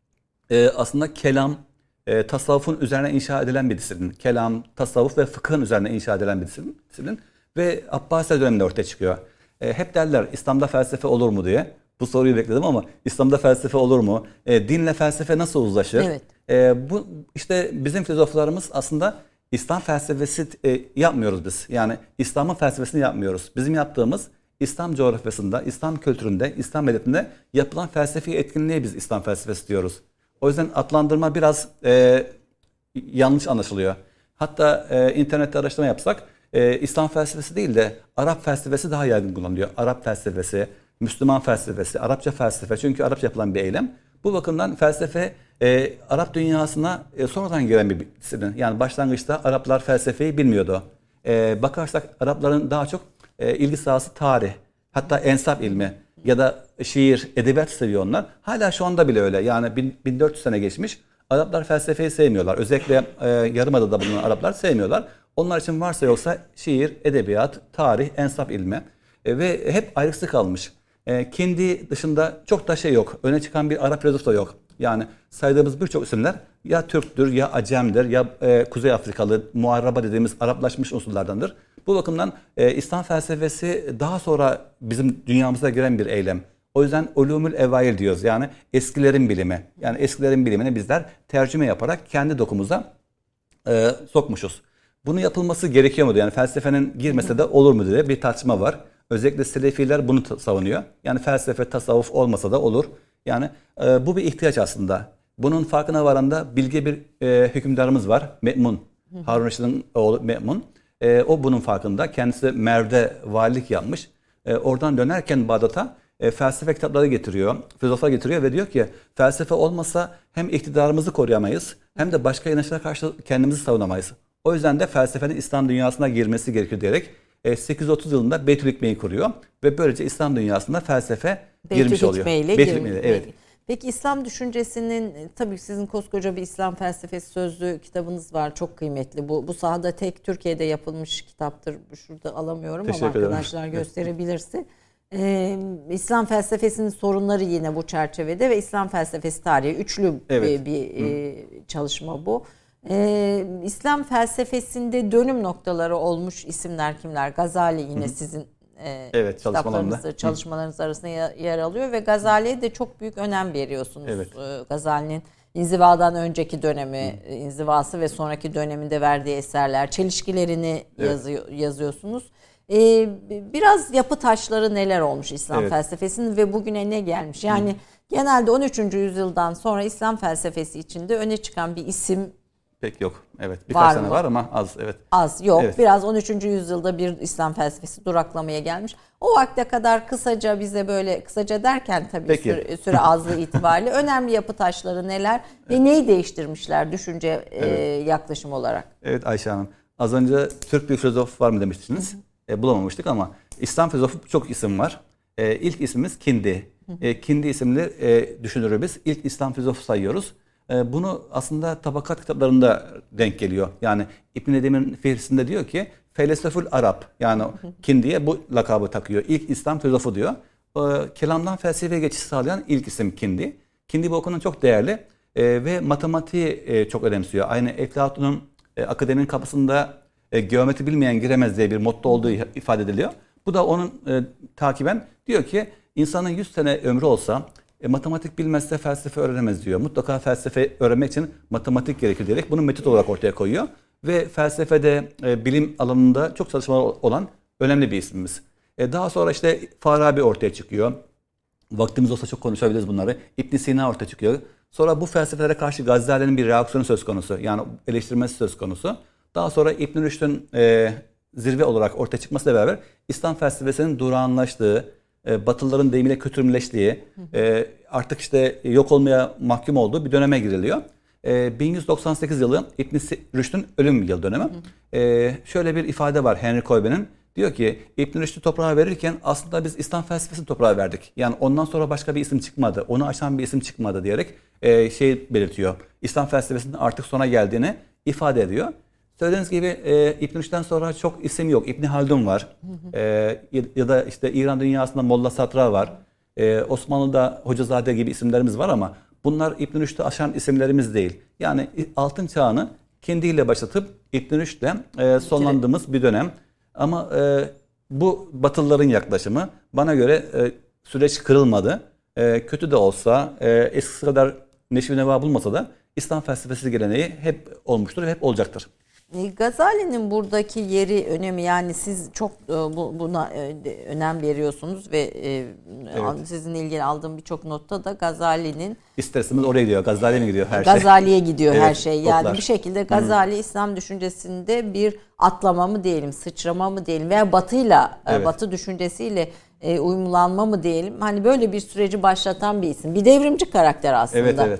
e, aslında kelam, e, tasavvufun üzerine inşa edilen bir disiplin. Kelam, tasavvuf ve fıkhın üzerine inşa edilen bir disiplin. disiplin. Ve Abbasi döneminde ortaya çıkıyor. E, hep derler İslam'da felsefe olur mu diye. Bu soruyu bekledim ama İslam'da felsefe olur mu? E, dinle felsefe nasıl uzlaşır?
Evet.
E, bu işte bizim filozoflarımız aslında İslam felsefesi e, yapmıyoruz biz. Yani İslam'ın felsefesini yapmıyoruz. Bizim yaptığımız İslam coğrafyasında, İslam kültüründe, İslam medeniyetinde yapılan felsefi etkinliğe biz İslam felsefesi diyoruz. O yüzden adlandırma biraz e, yanlış anlaşılıyor. Hatta e, internette araştırma yapsak e, İslam felsefesi değil de Arap felsefesi daha yaygın kullanılıyor. Arap felsefesi, Müslüman felsefesi, Arapça felsefe. Çünkü Arapça yapılan bir eylem. Bu bakımdan felsefe e, Arap dünyasına e, sonradan giren bir disiplin. Yani başlangıçta Araplar felsefeyi bilmiyordu. E, bakarsak Arapların daha çok e, ilgi sahası tarih, hatta ensap ilmi ya da şiir, edebiyat seviyor onlar. Hala şu anda bile öyle. Yani bin dört yüz sene geçmiş. Araplar felsefeyi sevmiyorlar. Özellikle e, Yarımada'da bulunan Araplar sevmiyorlar. Onlar için varsa yoksa şiir, edebiyat, tarih, ensap ilmi e, ve hep ayrıksı kalmış. E, kendi dışında çok da şey yok. Öne çıkan bir Arap filozof da yok. Yani saydığımız birçok isimler ya Türktür, ya Acem'dir, ya e, Kuzey Afrikalı, muarraba dediğimiz Araplaşmış unsurlardandır. Bu bakımdan e, İslam felsefesi daha sonra bizim dünyamıza giren bir eylem. O yüzden ulumul evail diyoruz. Yani eskilerin bilimi. Yani eskilerin bilimini bizler tercüme yaparak kendi dokumuza e, sokmuşuz. Bunun yapılması gerekiyor mu? Yani felsefenin girmese de olur mu diye bir tartışma var. Özellikle Selefiler bunu t- savunuyor. Yani felsefe, tasavvuf olmasa da olur. Yani e, bu bir ihtiyaç aslında. Bunun farkına varan da bilge bir e, hükümdarımız var. Me'mun. Harun Reşid'in oğlu Me'mun. E, o bunun farkında. Kendisi Merv'de valilik yapmış. E, oradan dönerken Bağdat'a e, felsefe kitapları getiriyor. Filozoflar getiriyor ve diyor ki felsefe olmasa hem iktidarımızı koruyamayız hem de başka inançlara karşı kendimizi savunamayız. O yüzden de felsefenin İslam dünyasına girmesi gerekiyor diyerek e, sekiz yüz otuz yılında Beytül Hikme'yi kuruyor. Ve böylece İslam dünyasına felsefe
Beytül
girmiş oluyor.
Beytül Hikme'yle.
Evet.
Peki İslam düşüncesinin, tabii sizin koskoca bir İslam felsefesi sözlüğü kitabınız var. Çok kıymetli. Bu bu sahada tek Türkiye'de yapılmış kitaptır. Şurada alamıyorum ama arkadaşlar gösterebilirse. Ee, İslam felsefesinin sorunları yine bu çerçevede ve İslam felsefesi tarihi üçlü evet. bir, bir e, çalışma bu. Ee, İslam felsefesinde dönüm noktaları olmuş isimler kimler? Gazali yine Hı. sizin e,
evet,
kitaplarınız, çalışmalarınız arasında yer alıyor ve Gazali'ye de çok büyük önem veriyorsunuz.
Evet.
Ee, Gazali'nin inzivadan önceki dönemi, Hı. inzivası ve sonraki döneminde verdiği eserler, çelişkilerini evet. yazıyor, yazıyorsunuz. Ee, biraz yapı taşları neler olmuş İslam evet. felsefesinin ve bugüne ne gelmiş? Yani Hı. genelde on üçüncü yüzyıldan sonra İslam felsefesi içinde öne çıkan bir isim
pek yok. Evet. Birkaç tane var ama az. Evet.
Az yok.
Evet.
Biraz on üçüncü yüzyılda bir İslam felsefesi duraklamaya gelmiş. O vakte kadar kısaca bize böyle kısaca derken tabii süre, süre azlığı itibariyle önemli yapı taşları neler evet. ve neyi değiştirmişler düşünce evet. e, yaklaşım olarak?
Evet Ayşe Hanım. Az önce Türk bir filozof var mı demiştiniz. E, bulamamıştık ama İslam filozofu çok isim var. E, ilk ismimiz Kindi. E, Kindi isimli e, düşünürü biz ilk İslam filozofu sayıyoruz. E, bunu aslında tabakat kitaplarında denk geliyor. Yani İbn Nedim'in Fihrisinde diyor ki Felesefül Arap, yani Kindi'ye bu lakabı takıyor. İlk İslam filozofu diyor. E, kelamdan felsefeye geçiş sağlayan ilk isim Kindi. Kindi bu okulun çok değerli e, ve matematiği e, çok önemsiyor. Aynı Eflatun'un e, akademinin kapısında e, geometri bilmeyen giremez diye bir motto olduğu ifade ediliyor. Bu da onun e, takiben diyor ki insanın yüz sene ömrü olsa e, matematik bilmezse felsefe öğrenemez diyor. Mutlaka felsefe öğrenmek için matematik gerekir diyerek bunu metot olarak ortaya koyuyor. Ve felsefede, e, bilim alanında çok çalışmalar olan önemli bir ismimiz. E, daha sonra işte Farabi ortaya çıkıyor. Vaktimiz olsa çok konuşabiliriz bunları. İbn Sina ortaya çıkıyor. Sonra bu felsefelere karşı Gazali'nin bir reaksiyonu söz konusu. Yani eleştirmesi söz konusu. Daha sonra İbn Rüşd'ün e, zirve olarak ortaya çıkmasıyla beraber İslam felsefesinin durağanlaştığı, e, Batılıların deyimiyle kötürümleştiği, e, artık işte yok olmaya mahkum olduğu bir döneme giriliyor. E, bin yüz doksan sekiz yılı İbn Rüşd'ün ölüm yıl dönemi. E, şöyle bir ifade var Henry Coybe'nin. Diyor ki İbn Rüşd'ü toprağa verirken aslında biz İslam felsefesini toprağa verdik. Yani ondan sonra başka bir isim çıkmadı. Onu aşan bir isim çıkmadı diyerek e, şey belirtiyor. İslam felsefesinin artık sona geldiğini ifade ediyor. Söylediğiniz gibi e, İbn Rüşd'den sonra çok isim yok. İbn Haldun var. E, ya, ya da işte İran dünyasında Molla Sadra var. E, Osmanlı'da Hocazade gibi isimlerimiz var ama bunlar İbn Rüşd'ü aşan isimlerimiz değil. Yani altın çağını kendiyle başlatıp İbn Rüşd'le e, sonlandığımız bir dönem. Ama e, bu Batılıların yaklaşımı bana göre e, süreç kırılmadı. E, kötü de olsa e, eskisi kadar neşvi neva bulmasa da İslam felsefesi geleneği hep olmuştur ve hep olacaktır.
Gazali'nin buradaki yeri, önemi, yani siz çok buna önem veriyorsunuz ve evet. sizinle ilgili aldığım birçok notta da Gazali'nin
isterseniz oraya gidiyor. Gazali'ye mi gidiyor her şey?
Gazali'ye gidiyor evet, her şey. Yani
toplar.
Bir şekilde Gazali hmm. İslam düşüncesinde bir atlama mı diyelim, sıçrama mı diyelim veya Batı'yla, evet. Batı düşüncesiyle uyumlanma mı diyelim. Hani böyle bir süreci başlatan bir isim. Bir devrimci karakter aslında.
Evet, evet.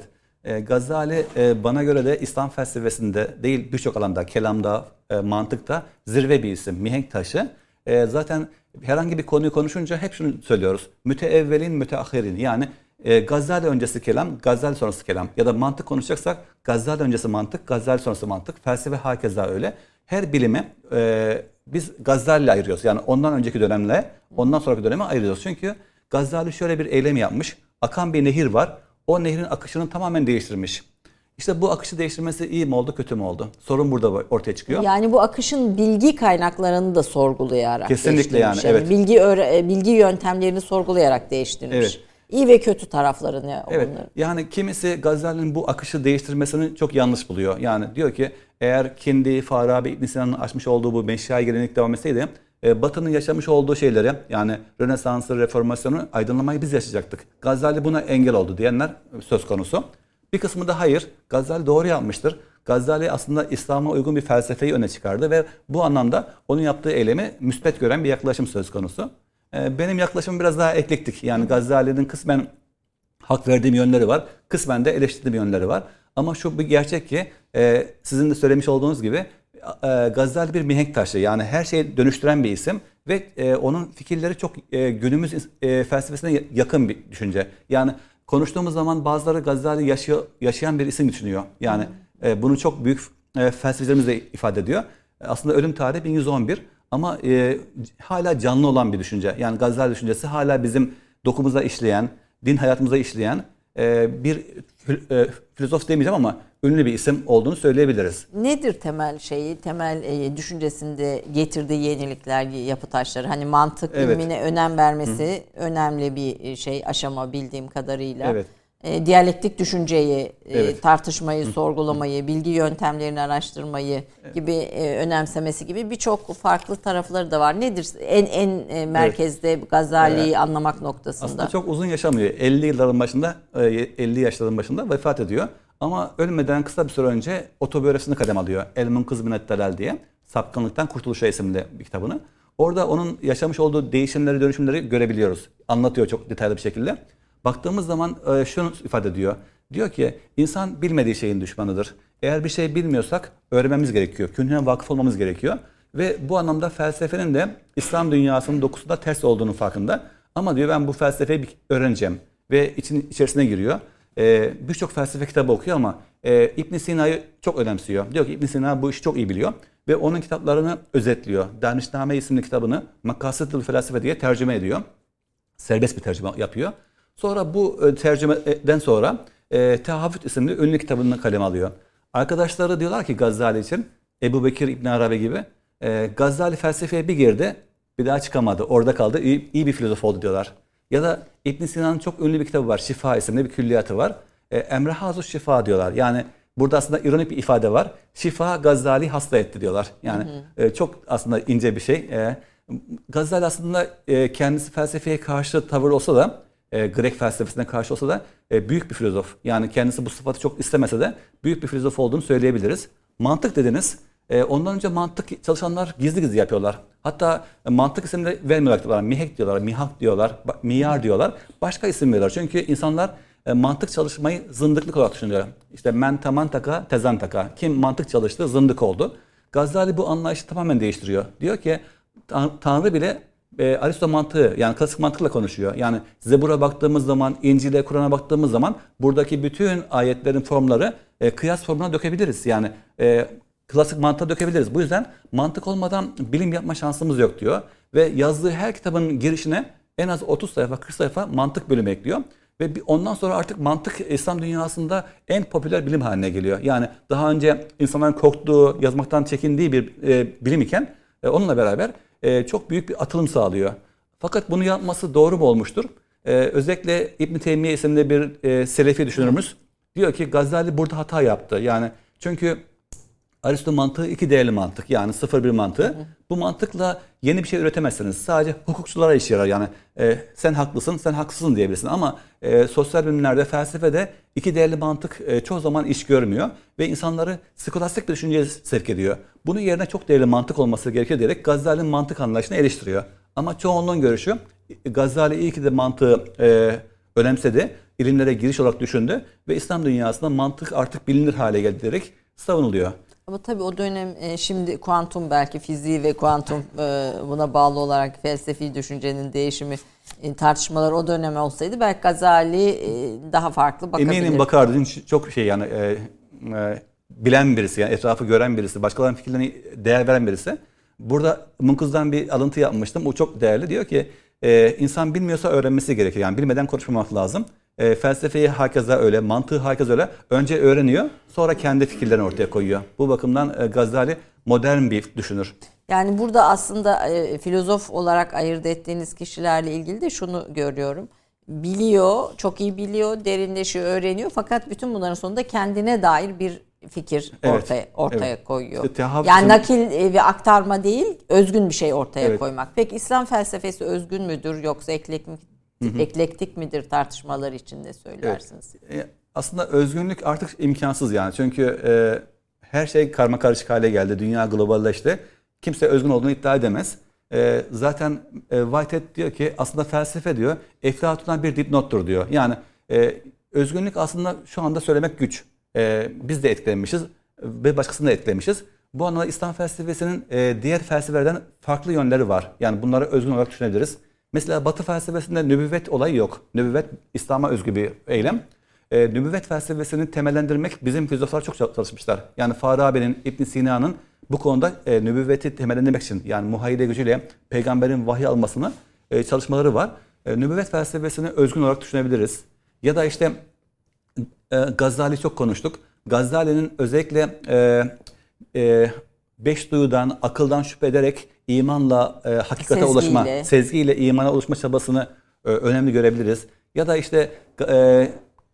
E, Gazali e, bana göre de İslam felsefesinde değil birçok alanda, kelamda, e, mantıkta zirve bir isim, mihenk taşı. E, zaten herhangi bir konuyu konuşunca hep şunu söylüyoruz. Müteevvelin, müteahhirin. Yani e, Gazali öncesi kelam, Gazali sonrası kelam. Ya da mantık konuşacaksak Gazali öncesi mantık, Gazali sonrası mantık. Felsefe hakeza öyle. Her bilimi e, biz Gazali ile ayırıyoruz. Yani ondan önceki dönemle, ondan sonraki döneme ayırıyoruz. Çünkü Gazali şöyle bir eylem yapmış. Akan bir nehir var. O nehrin akışını tamamen değiştirmiş. İşte bu akışı değiştirmesi iyi mi oldu, kötü mü oldu? Sorun burada ortaya çıkıyor.
Yani bu akışın bilgi kaynaklarını da sorgulayarak
kesinlikle yani,
yani
evet.
Bilgi öğre- bilgi yöntemlerini sorgulayarak değiştirmiş.
Evet.
İyi ve kötü tarafları ne
Evet.
onların?
Yani kimisi Gazali'nin bu akışı değiştirmesini çok yanlış buluyor. Yani diyor ki eğer kendi Farabi İbn Sina'nın açmış olduğu bu meşai gelenek devam etseydi e, Batı'nın yaşamış olduğu şeyleri yani Rönesans'ı, Reformasyon'u, aydınlamayı biz yaşayacaktık. Gazali buna engel oldu diyenler söz konusu. Bir kısmı da hayır, Gazali doğru yapmıştır. Gazali aslında İslam'a uygun bir felsefeyi öne çıkardı ve bu anlamda onun yaptığı eylemi müspet gören bir yaklaşım söz konusu. Benim yaklaşımım biraz daha eklektik. Yani Gazali'nin kısmen hak verdiğim yönleri var, kısmen de eleştirdiğim yönleri var. Ama şu bir gerçek ki sizin de söylemiş olduğunuz gibi Gazali bir mihenk taşı. Yani her şeyi dönüştüren bir isim ve onun fikirleri çok günümüz felsefesine yakın bir düşünce. Yani konuştuğumuz zaman bazıları Gazali yaşıyor, yaşayan bir isim düşünüyor. Yani e, bunu çok büyük e, felsefecilerimiz de ifade ediyor. E, aslında ölüm tarihi bin yüz on bir ama e, hala canlı olan bir düşünce. Yani Gazali düşüncesi hala bizim dokumuza işleyen, din hayatımıza işleyen e, bir e, filozof demeyeceğim ama ünlü bir isim olduğunu söyleyebiliriz.
Nedir temel şeyi, temel e, düşüncesinde getirdiği yenilikler, yapı taşları? Hani mantık
Evet.
ilmine önem vermesi Hı. önemli bir şey, aşama bildiğim kadarıyla.
Evet.
E, diyalektik düşünceyi, e,
Evet.
tartışmayı,
Hı.
sorgulamayı, bilgi yöntemlerini araştırmayı
Evet.
gibi e, önemsemesi gibi birçok farklı tarafları da var. Nedir en en e, merkezde evet. Gazali'yi evet. anlamak noktasında?
Aslında çok uzun yaşamıyor. elli yılların başında, elli yaşların başında vefat ediyor. Ama ölmeden kısa bir süre önce otobiyografisini kaleme alıyor. El Munkız Mined Delal diye. Sapkınlıktan Kurtuluşa isimli bir kitabını. Orada onun yaşamış olduğu değişimleri, dönüşümleri görebiliyoruz. Anlatıyor çok detaylı bir şekilde. Baktığımız zaman şunu ifade ediyor. Diyor ki insan bilmediği şeyin düşmanıdır. Eğer bir şey bilmiyorsak öğrenmemiz gerekiyor. Künhüne vakıf olmamız gerekiyor. Ve bu anlamda felsefenin de İslam dünyasının dokusunda ters olduğunun farkında. Ama diyor ben bu felsefeyi öğreneceğim. Ve için içerisine giriyor. Ee, Birçok felsefe kitabı okuyor ama e, İbn Sina'yı çok önemsiyor. Diyor ki İbn Sina bu işi çok iyi biliyor. Ve onun kitaplarını özetliyor. Dervişname isimli kitabını Makasıdül Felsefe diye tercüme ediyor. Serbest bir tercüme yapıyor. Sonra bu e, tercümeden sonra e, Tehavvüt isimli ünlü kitabını kaleme alıyor. Arkadaşları diyorlar ki Gazali için Ebu Bekir İbn Arabi gibi e, Gazali felsefeye bir girdi bir daha çıkamadı. Orada kaldı. İyi, iyi bir filozof oldu diyorlar. Ya da İbn Sina'nın çok ünlü bir kitabı var. Şifa isimli bir külliyatı var. E, Emre Hazus Şifa diyorlar. Yani burada aslında ironik bir ifade var. Şifa Gazali hasta etti diyorlar. Yani hı hı. E, çok aslında ince bir şey. E, Gazali aslında e, kendisi felsefeye karşı tavır olsa da e, Grek felsefesine karşı olsa da e, büyük bir filozof. Yani kendisi bu sıfatı çok istemese de büyük bir filozof olduğunu söyleyebiliriz. Mantık dediniz. E, ondan önce mantık çalışanlar gizli gizli yapıyorlar. Hatta e, mantık isimleri vermiyorlar diyorlar. Mihek diyorlar, mihak diyorlar, miyar diyorlar. Başka isim veriyorlar. Çünkü insanlar e, mantık çalışmayı zındıklık olarak düşünüyor. İşte men tamantaka, tezantaka. Kim mantık çalıştı, zındık oldu. Gazali bu anlayışı tamamen değiştiriyor. Diyor ki Tanrı bile e, Aristo mantığı yani klasik mantıkla konuşuyor. Yani Zebur'a baktığımız zaman, İncil'e, Kur'an'a baktığımız zaman buradaki bütün ayetlerin formları e, kıyas formuna dökebiliriz. Yani e, klasik mantığa dökebiliriz. Bu yüzden mantık olmadan bilim yapma şansımız yok diyor. Ve yazdığı her kitabın girişine en az otuz sayfa, kırk sayfa mantık bölümü ekliyor. Ve ondan sonra artık mantık İslam dünyasında en popüler bilim haline geliyor. Yani daha önce insanların korktuğu, yazmaktan çekindiği bir e, bilim iken e, onunla beraber e, çok büyük bir atılım sağlıyor. Fakat bunu yapması doğru mu olmuştur? E, özellikle İbn Teymiye isimli bir e, Selefi düşünürümüz diyor ki Gazali burada hata yaptı. Yani çünkü Aristo mantığı iki değerli mantık yani sıfır bir mantığı. Hı hı. Bu mantıkla yeni bir şey üretemezsiniz. Sadece hukukçulara işe yarar. Yani e, sen haklısın, sen haksızsın diyebilirsin. Ama e, sosyal bilimlerde, felsefede iki değerli mantık e, çoğu zaman iş görmüyor. Ve insanları skolastik bir düşünceye sevk ediyor. Bunun yerine çok değerli mantık olması gerekiyor diyerek Gazali'nin mantık anlayışını eleştiriyor. Ama çoğunluğun görüşü Gazali iyi ki de mantığı e, önemsedi. ilimlere giriş olarak düşündü ve İslam dünyasında mantık artık bilinir hale gelerek savunuluyor.
Ama tabii o dönem e, şimdi kuantum belki fiziği ve kuantum e, buna bağlı olarak felsefi düşüncenin değişimi e, tartışmalar o dönem olsaydı belki Gazali e, daha farklı bakabilirdi.
Eminim bakardı. Çok şey yani e, e, bilen birisi, yani etrafı gören birisi, başkalarının fikirlerine değer veren birisi. Burada Munkuz'dan bir alıntı yapmıştım. O çok değerli. Diyor ki e, insan bilmiyorsa öğrenmesi gerekiyor. Yani bilmeden konuşmamak lazım. E, felsefeyi hakeza öyle, mantığı hakeza öyle. Önce öğreniyor, sonra kendi fikirlerini ortaya koyuyor. Bu bakımdan e, Gazali modern bir düşünür.
Yani burada aslında e, filozof olarak ayırt ettiğiniz kişilerle ilgili de şunu görüyorum. Biliyor, çok iyi biliyor, derinleşiyor, öğreniyor. Fakat bütün bunların sonunda kendine dair bir fikir
Evet,
ortaya ortaya
evet.
koyuyor.
İşte tehavvüsün-
Yani nakil ve aktarma değil, özgün bir şey ortaya
Evet.
koymak. Peki İslam felsefesi özgün müdür yoksa eklektik, eklektik midir tartışmalar için ne söylersiniz?
Evet. E, aslında özgünlük artık imkansız yani. Çünkü e, her şey karmakarışık hale geldi. Dünya globalleşti. Kimse özgün olduğunu iddia edemez. E, zaten e, Whitehead diyor ki aslında felsefe diyor Eflatun'dan bir dipnottur diyor. Yani e, özgünlük aslında şu anda söylemek güç. E, biz de etkilenmişiz ve başkasını da etkilemişiz. Bu anlamda İslam felsefesinin e, diğer felsefelerden farklı yönleri var. Yani bunları özgün olarak düşünebiliriz. Mesela Batı felsefesinde nübüvvet olayı yok. Nübüvvet İslam'a özgü bir eylem. E, nübüvvet felsefesini temellendirmek bizim filozoflar çok çalışmışlar. Yani Farabi'nin, İbn Sina'nın bu konuda e, nübüvveti temellendirmek için yani muhayyile gücüyle peygamberin vahiy almasını e, çalışmaları var. E, nübüvvet felsefesini özgün olarak düşünebiliriz. Ya da işte e, Gazali çok konuştuk. Gazali'nin özellikle e, e, beş duyudan, akıldan şüphe ederek imanla e, hakikate
Sezgiyle.
ulaşma, sezgiyle imana ulaşma çabasını e, önemli görebiliriz. Ya da işte e,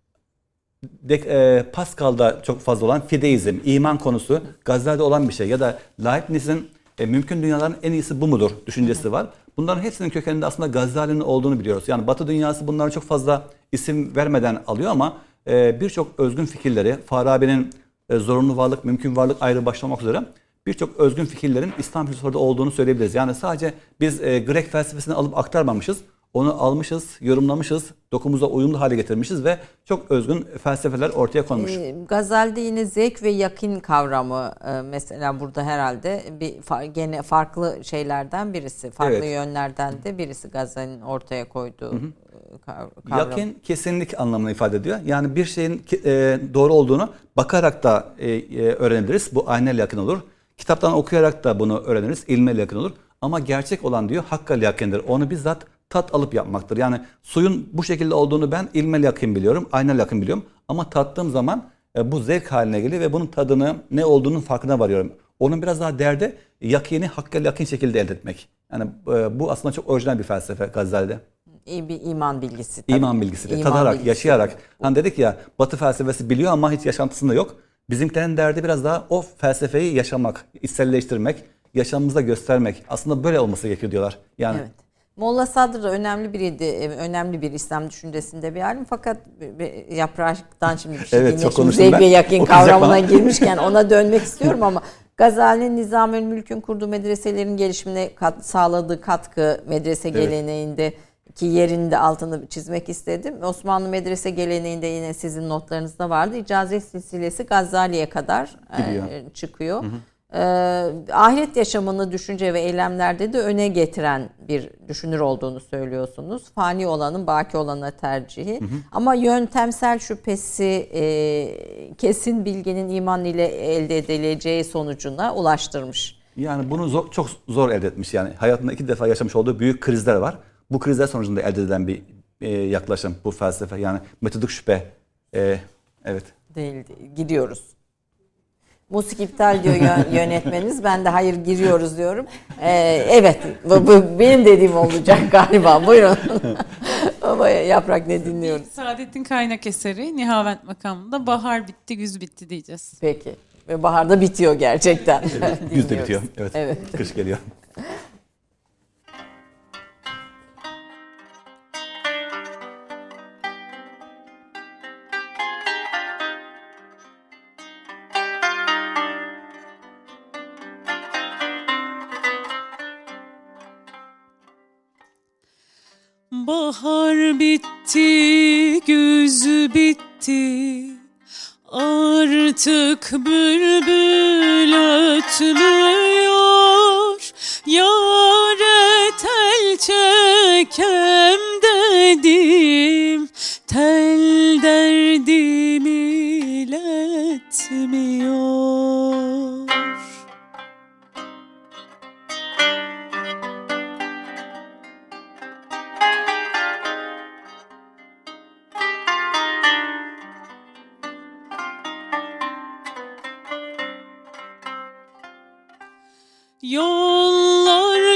de, e, Pascal'da çok fazla olan fideizm, iman konusu Gazali'de olan bir şey. Ya da Leibniz'in e, mümkün dünyaların en iyisi bu mudur düşüncesi var. Bunların hepsinin kökeninde aslında Gazali'nin olduğunu biliyoruz. Yani Batı dünyası bunlara çok fazla isim vermeden alıyor ama e, birçok özgün fikirleri, Farabi'nin e, zorunlu varlık, mümkün varlık ayrı başlamak üzere birçok özgün fikirlerin İslam filozoflarında olduğunu söyleyebiliriz. Yani sadece biz e, Grek felsefesini alıp aktarmamışız. Onu almışız, yorumlamışız, dokumuza uyumlu hale getirmişiz ve çok özgün felsefeler ortaya konmuş.
E, Gazali'de yine zevk ve yakin kavramı e, mesela burada herhalde bir fa- gene farklı şeylerden birisi, farklı
Evet.
yönlerden de birisi Gazali'nin ortaya koyduğu e, kavram.
Yakin kesinlik anlamını ifade ediyor. Yani bir şeyin e, doğru olduğunu bakarak da e, e, öğrenebiliriz. Bu aynel yakin olur. Kitaptan okuyarak da bunu öğreniriz. İlmel yakin olur. Ama gerçek olan diyor hakkal yakindir. Onu bizzat tat alıp yapmaktır. Yani suyun bu şekilde olduğunu ben ilmel yakin biliyorum, aynel yakin biliyorum. Ama tattığım zaman e, bu zevk haline geliyor ve bunun tadını ne olduğunun farkına varıyorum. Onun biraz daha derdi yakini hakkal yakin şekilde elde etmek. Yani e, bu aslında çok orijinal bir felsefe Gazali'de.
İyi bir iman bilgisi. Tabii.
İman bilgisi de,
İman
tadarak,
bilgisi.
yaşayarak. Hani dedik ya Batı felsefesi biliyor ama hiç yaşantısında yok. Bizimkilerin derdi biraz daha o felsefeyi yaşamak, içselleştirmek, yaşamımızda göstermek. Aslında böyle olması gerekiyor diyorlar. Yani
Evet. Molla Sadr da önemli biriydi, önemli bir İslam düşüncesinde bir alim fakat yapraktan şimdi bir şey
Evet,
dinle.
çok
Şimdi
konuştum
zevk
ben.
ve yakin
Okuyacak
kavramına
bana.
girmişken ona dönmek istiyorum ama Gazali'nin Nizamül Mülk'ün kurduğu medreselerin gelişimine kat, sağladığı katkı medrese
Evet.
geleneğinde ki yerinde altını çizmek istedim. Osmanlı medrese geleneğinde yine sizin notlarınızda vardı. İcazet silsilesi Gazali'ye kadar
Gidiyor.
e, çıkıyor. Hı hı. Ee, ahiret yaşamını düşünce ve eylemlerde de öne getiren bir düşünür olduğunu söylüyorsunuz. Fani olanın baki olana tercihi. Hı hı. Ama yöntemsel şüphesi e, kesin bilginin iman ile elde edileceği sonucuna ulaştırmış.
Yani bunu zor, çok zor elde etmiş. Yani hayatında iki defa yaşamış olduğu büyük krizler var. Bu krizler sonucunda elde edilen bir e, yaklaşım bu felsefe. Yani metodik şüphe. E, evet.
Değil, gidiyoruz. Musik iptal diyor yönetmeniniz. Ben de hayır giriyoruz diyorum. Ee, evet. Bu, bu benim dediğim olacak galiba. Buyurun. Ama Yaprak ne dinliyoruz?
Saadettin Kaynak eseri Nihavent makamında bahar bitti, güz bitti diyeceğiz.
Peki. Ve baharda bitiyor gerçekten.
Evet, güz de bitiyor. Evet.
Evet.
Kış geliyor.
Bahar bitti, güz bitti, artık bülbül ötmüyor. Yâre tel çekem dedim, tel derdimi iletmiyor. Yollar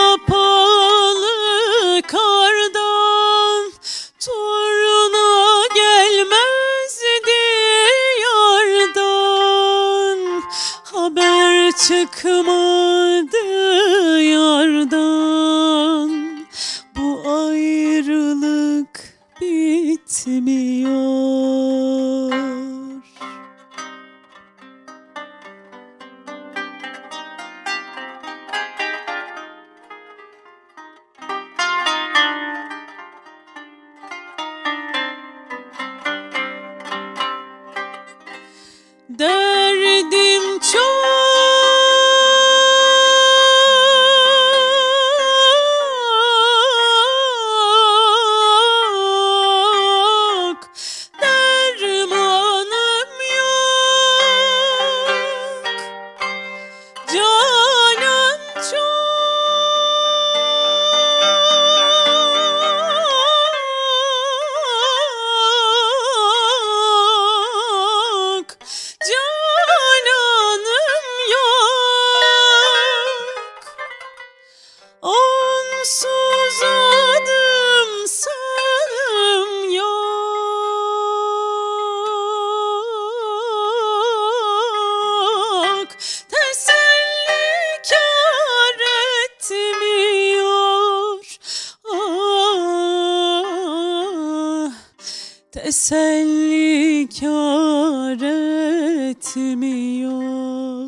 kapalı kardan, turna gelmezdi yardan. Haber çıkmadı yardan, bu ayrılık bitmiyor. Derdim çok, dermanım yok. Canan çok, cananım yok. Onsuz adım sanım yok. Teselli kâr etmiyor. Ah, teselli kâr etmiyor.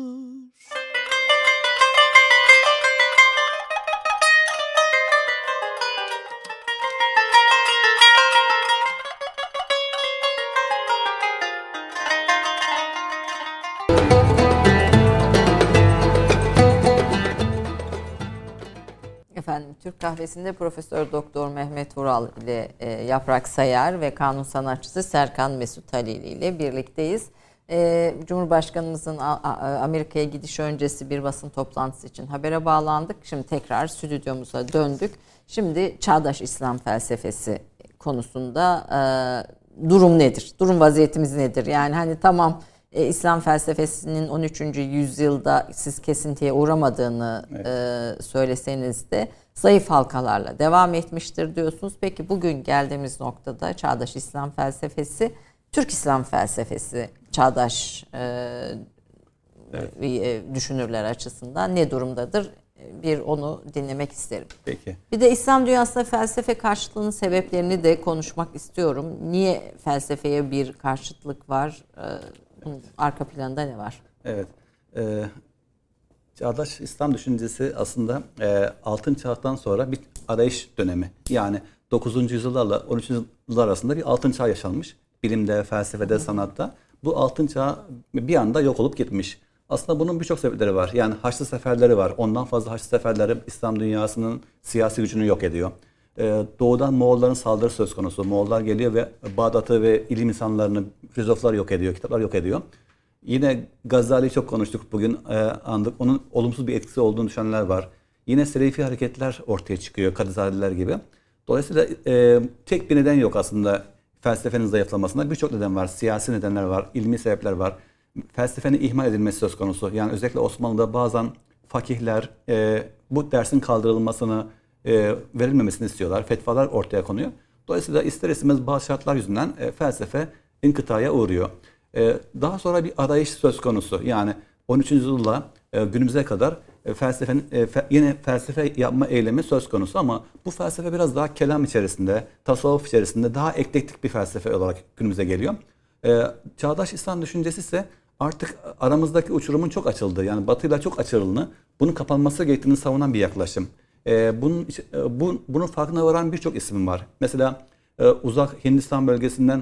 Efendim, Türk Kahvesi'nde Profesör Doktor Mehmet Vural ile e, Yaprak Sayar ve kanun sanatçısı Serkan Mesut Halili ile birlikteyiz. E, Cumhurbaşkanımızın Amerika'ya gidiş öncesi bir basın toplantısı için habere bağlandık. Şimdi tekrar stüdyomuza döndük. Şimdi çağdaş İslam felsefesi konusunda e, durum nedir? Durum vaziyetimiz nedir? Yani hani tamam, e, İslam felsefesinin on üçüncü yüzyılda siz kesintiye uğramadığını evet. e, söyleseniz de zayıf halkalarla devam etmiştir diyorsunuz. Peki bugün geldiğimiz noktada çağdaş İslam felsefesi, Türk İslam felsefesi çağdaş e, evet. e, düşünürler açısından ne durumdadır? Bir onu dinlemek isterim.
Peki.
Bir de İslam dünyasında felsefe karşıtlığının sebeplerini de konuşmak istiyorum. Niye felsefeye bir karşıtlık var? Bunun arka planında ne var?
Evet. Ee, çağdaş İslam düşüncesi aslında e, Altın Çağ'dan sonra bir arayış dönemi. Yani dokuzuncu yüzyıllarla on üçüncü yüzyıllar arasında bir altın çağ yaşanmış. Bilimde, felsefede, sanatta. Bu altın çağ bir anda yok olup gitmiş. Aslında bunun birçok sebepleri var. Yani Haçlı seferleri var. Ondan fazla Haçlı seferleri İslam dünyasının siyasi gücünü yok ediyor. Ee, doğudan Moğolların saldırı söz konusu. Moğollar geliyor ve Bağdat'ı ve ilim insanlarını, filozoflar yok ediyor, kitaplar yok ediyor. Yine Gazali'yi çok konuştuk bugün, e, andık. Onun olumsuz bir etkisi olduğunu düşünenler var. Yine Selefi hareketler ortaya çıkıyor, Kadizadeler gibi. Dolayısıyla e, tek bir neden yok aslında felsefenin zayıflamasında. Birçok neden var. Siyasi nedenler var, ilmi sebepler var. Felsefenin ihmal edilmesi söz konusu. Yani özellikle Osmanlı'da bazen fakihler e, bu dersin kaldırılmasını, e, verilmemesini istiyorlar. Fetvalar ortaya konuyor. Dolayısıyla ister istemez bazı şartlar yüzünden e, felsefe inkıtaya uğruyor. E, daha sonra bir arayış söz konusu. Yani on üçüncü yüzyılda e, günümüze kadar e, felsefenin e, fe, yine felsefe yapma eylemi söz konusu ama bu felsefe biraz daha kelam içerisinde, tasavvuf içerisinde daha eklektik bir felsefe olarak günümüze geliyor. E, çağdaş İslam düşüncesi ise artık aramızdaki uçurumun çok açıldığı, yani Batı'yla çok açıldığını, bunun kapanması gerektiğini savunan bir yaklaşım. e, bunun e, bu, bunun farkına varan birçok isim var. Mesela e, uzak Hindistan bölgesinden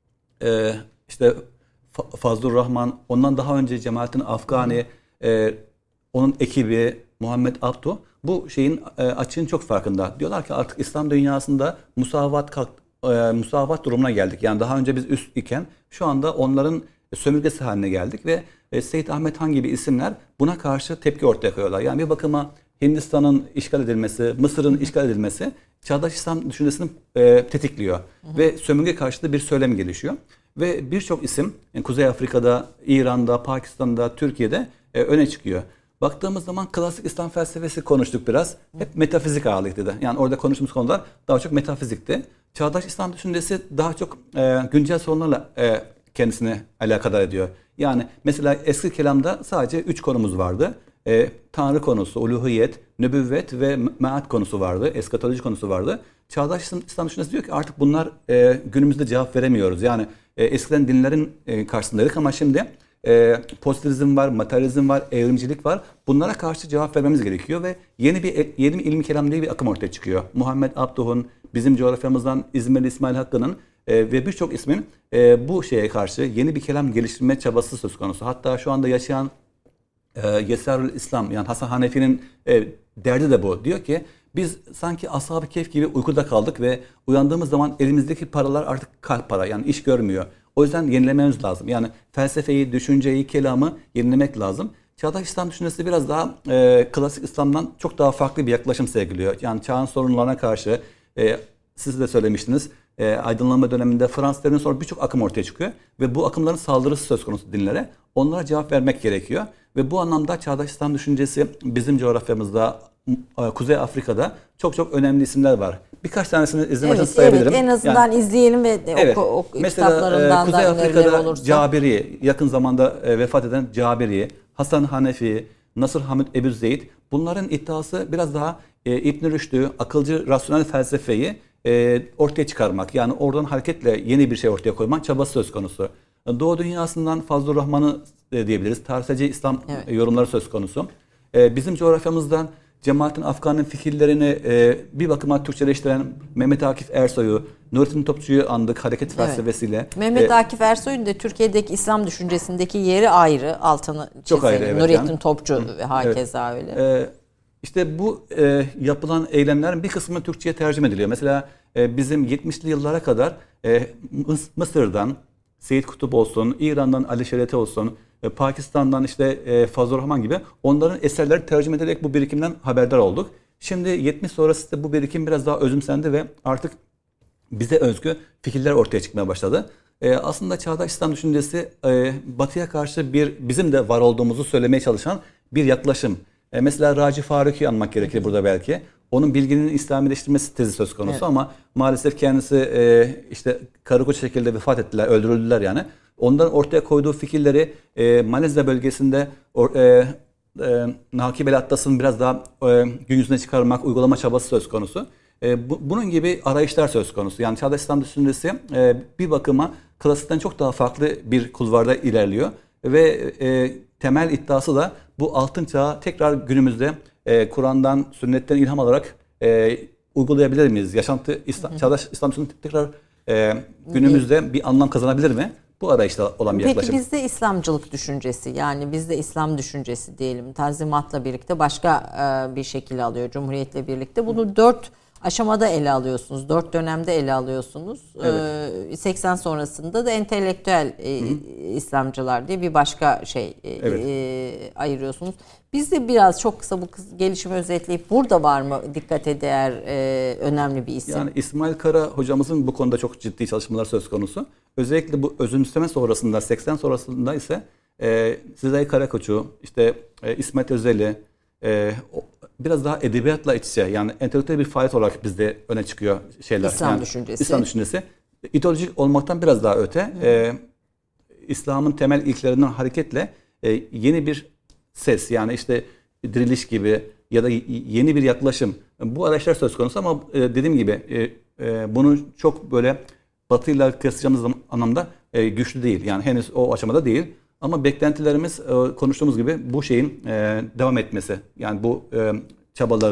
e, işte Fazlur Rahman, ondan daha önce Cemalettin Afgani, e, onun ekibi Muhammed Abdu bu şeyin e, açığın çok farkında. Diyorlar ki artık İslam dünyasında musavat kalk, e, musavat durumuna geldik. Yani daha önce biz üst iken şu anda onların sömürgesi haline geldik ve e, Seyyid Ahmet Han gibi isimler buna karşı tepki ortaya koyuyorlar. Yani bir bakıma Hindistan'ın işgal edilmesi, Mısır'ın işgal edilmesi çağdaş İslam düşüncesini e, tetikliyor. Hı hı. Ve sömürge karşıtı bir söylem gelişiyor. Ve birçok isim yani Kuzey Afrika'da, İran'da, Pakistan'da, Türkiye'de e, öne çıkıyor. Baktığımız zaman klasik İslam felsefesi konuştuk biraz. Hep metafizik ağırlıklıydı. Yani orada konuştuğumuz konular daha çok metafizikti. Çağdaş İslam düşüncesi daha çok e, güncel sorunlarla e, kendisini alakadar ediyor. Yani mesela eski kelamda sadece üç konumuz vardı. E, Tanrı konusu, uluhiyet, nübüvvet ve meat konusu vardı. Eskatoloji konusu vardı. Çağdaş İslam düşüncesi diyor ki artık bunlar e, günümüzde cevap veremiyoruz. Yani e, eskiden dinlerin e, karşısındaydık ama şimdi e, pozitivizm var, materyalizm var, evrimcilik var. Bunlara karşı cevap vermemiz gerekiyor ve yeni bir yeni bir ilmi kelam diye bir akım ortaya çıkıyor. Muhammed Abduh'un, bizim coğrafyamızdan İzmirli İsmail Hakkı'nın e, ve birçok ismin e, bu şeye karşı yeni bir kelam geliştirme çabası söz konusu. Hatta şu anda yaşayan e, Yesarül İslam yani Hasan Hanefi'nin e, derdi de bu. Diyor ki biz sanki Ashab-ı Kehf gibi uykuda kaldık ve uyandığımız zaman elimizdeki paralar artık kalp para yani iş görmüyor. O yüzden yenilememiz lazım. Yani felsefeyi, düşünceyi, kelamı yenilemek lazım. Çağdaş İslam düşüncesi biraz daha e, klasik İslam'dan çok daha farklı bir yaklaşım sergiliyor. Yani çağın sorunlarına karşı e, siz de söylemiştiniz. E, aydınlanma döneminde Fransız devriminden sonra birçok akım ortaya çıkıyor. Ve bu akımların saldırısı söz konusu dinlere. Onlara cevap vermek gerekiyor. Ve bu anlamda çağdaş İslam düşüncesi bizim coğrafyamızda, Kuzey Afrika'da çok çok önemli isimler var. Birkaç tanesini izleme
evet,
sayabilirim.
Evet, en azından yani, izleyelim ve
evet,
oku, oku,
mesela,
kitaplarından
Kuzey
da
Afrika'da
olursa.
Cabiri, yakın zamanda e, vefat eden Cabiri, Hasan Hanefi, Nasır Hamid Ebu Zeyd, bunların iddiası biraz daha e, İbn Rüşd'ü, akılcı, rasyonel felsefeyi e, ortaya çıkarmak. Yani oradan hareketle yeni bir şey ortaya koymak çabası söz konusu. Doğu dünyasından Fazlur Rahman'ı e, diyebiliriz. Tarihsel İslam evet. yorumları söz konusu. E, bizim coğrafyamızdan Cemalettin Afgani'nin fikirlerini e, bir bakıma Türkçeleştiren Mehmet Akif Ersoy'u, Nurettin Topçu'yu andık hareket felsefesiyle.
Evet. Mehmet ee, Akif Ersoy'un da Türkiye'deki İslam düşüncesindeki yeri ayrı, altını
çok ayrı, evet,
Nurettin
yani.
Topçu ve hakeza evet. öyle.
Ee, işte bu e, yapılan eylemlerin bir kısmı Türkçe'ye tercüme ediliyor. Mesela e, bizim yetmişli yıllara kadar e, Mıs- Mısır'dan Seyyid Kutup olsun, İran'dan Ali Şerete olsun, e, Pakistan'dan işte e, Fazlur Rahman gibi onların eserleri tercüme ederek bu birikimden haberdar olduk. Şimdi yetmiş sonrası da bu birikim biraz daha özümsendi ve artık bize özgü fikirler ortaya çıkmaya başladı. Ee, aslında çağdaş İslam düşüncesi e, Batı'ya karşı bir bizim de var olduğumuzu söylemeye çalışan bir yaklaşım. E, mesela Raci Faruki'yi anmak gerekir burada belki. Onun bilginin İslamileştirmesi tezi söz konusu evet. ama maalesef kendisi e, işte karı koca şekilde vefat ettiler, öldürüldüler yani. Ondan ortaya koyduğu fikirleri e, Malezya bölgesinde or, e, e, Nakib el Attas'ın biraz daha e, gün yüzüne çıkarmak, uygulama çabası söz konusu. E, bu, bunun gibi arayışlar söz konusu. Yani çağdaş İslam düşüncesi e, bir bakıma klasikten çok daha farklı bir kulvarda ilerliyor. Ve e, temel iddiası da bu altın çağı tekrar günümüzde e, Kur'an'dan, sünnetten ilham alarak e, uygulayabilir miyiz? Yaşantı, İslam, çağdaş İslam sünneti tekrar e, günümüzde bir anlam kazanabilir mi? Bu arayışta olan bir
Peki
yaklaşım.
Peki bizde İslamcılık düşüncesi, yani bizde İslam düşüncesi diyelim, Tanzimat'la birlikte başka e, bir şekil alıyor, Cumhuriyet'le birlikte. Bunu dört aşamada ele alıyorsunuz, dört dönemde ele alıyorsunuz. Evet. E, seksen sonrasında da entelektüel e, İslamcılar diye bir başka şey e, evet. e, ayırıyorsunuz. Bizde biraz çok kısa bu gelişimi özetleyip burada var mı dikkate değer e, önemli bir isim?
Yani İsmail Kara hocamızın bu konuda çok ciddi çalışmalar söz konusu. Özellikle bu özümseme sonrasında, seksen sonrasında ise e, Sezai Karakoç'u, işte e, İsmet Özel'i, e, o, biraz daha edebiyatla iç içe, yani entelektüel bir faaliyet olarak bizde öne çıkıyor şeyler.
İslam
yani,
düşüncesi.
İslam düşüncesi. İdeolojik olmaktan biraz daha öte. E, İslam'ın temel ilkelerinden hareketle e, yeni bir ses, yani işte diriliş gibi ya da yeni bir yaklaşım. Bu araçlar söz konusu ama e, dediğim gibi e, e, bunu çok böyle Batı'yla kıyaslayacağımız anlamda e, güçlü değil. Yani henüz o aşamada değil. Ama beklentilerimiz e, konuştuğumuz gibi bu şeyin e, devam etmesi. Yani bu e, çabaların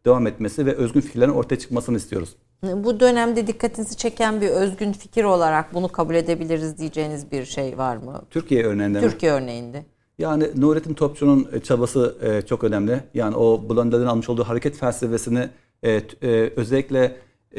devam etmesi ve özgün fikirlerin ortaya çıkmasını istiyoruz.
Bu dönemde dikkatinizi çeken bir özgün fikir olarak bunu kabul edebiliriz diyeceğiniz bir şey var mı?
Türkiye örneğinde
Türkiye
mi?
örneğinde.
Yani Nurettin Topçu'nun çabası çok önemli. Yani o Blondin'den almış olduğu hareket felsefesini özellikle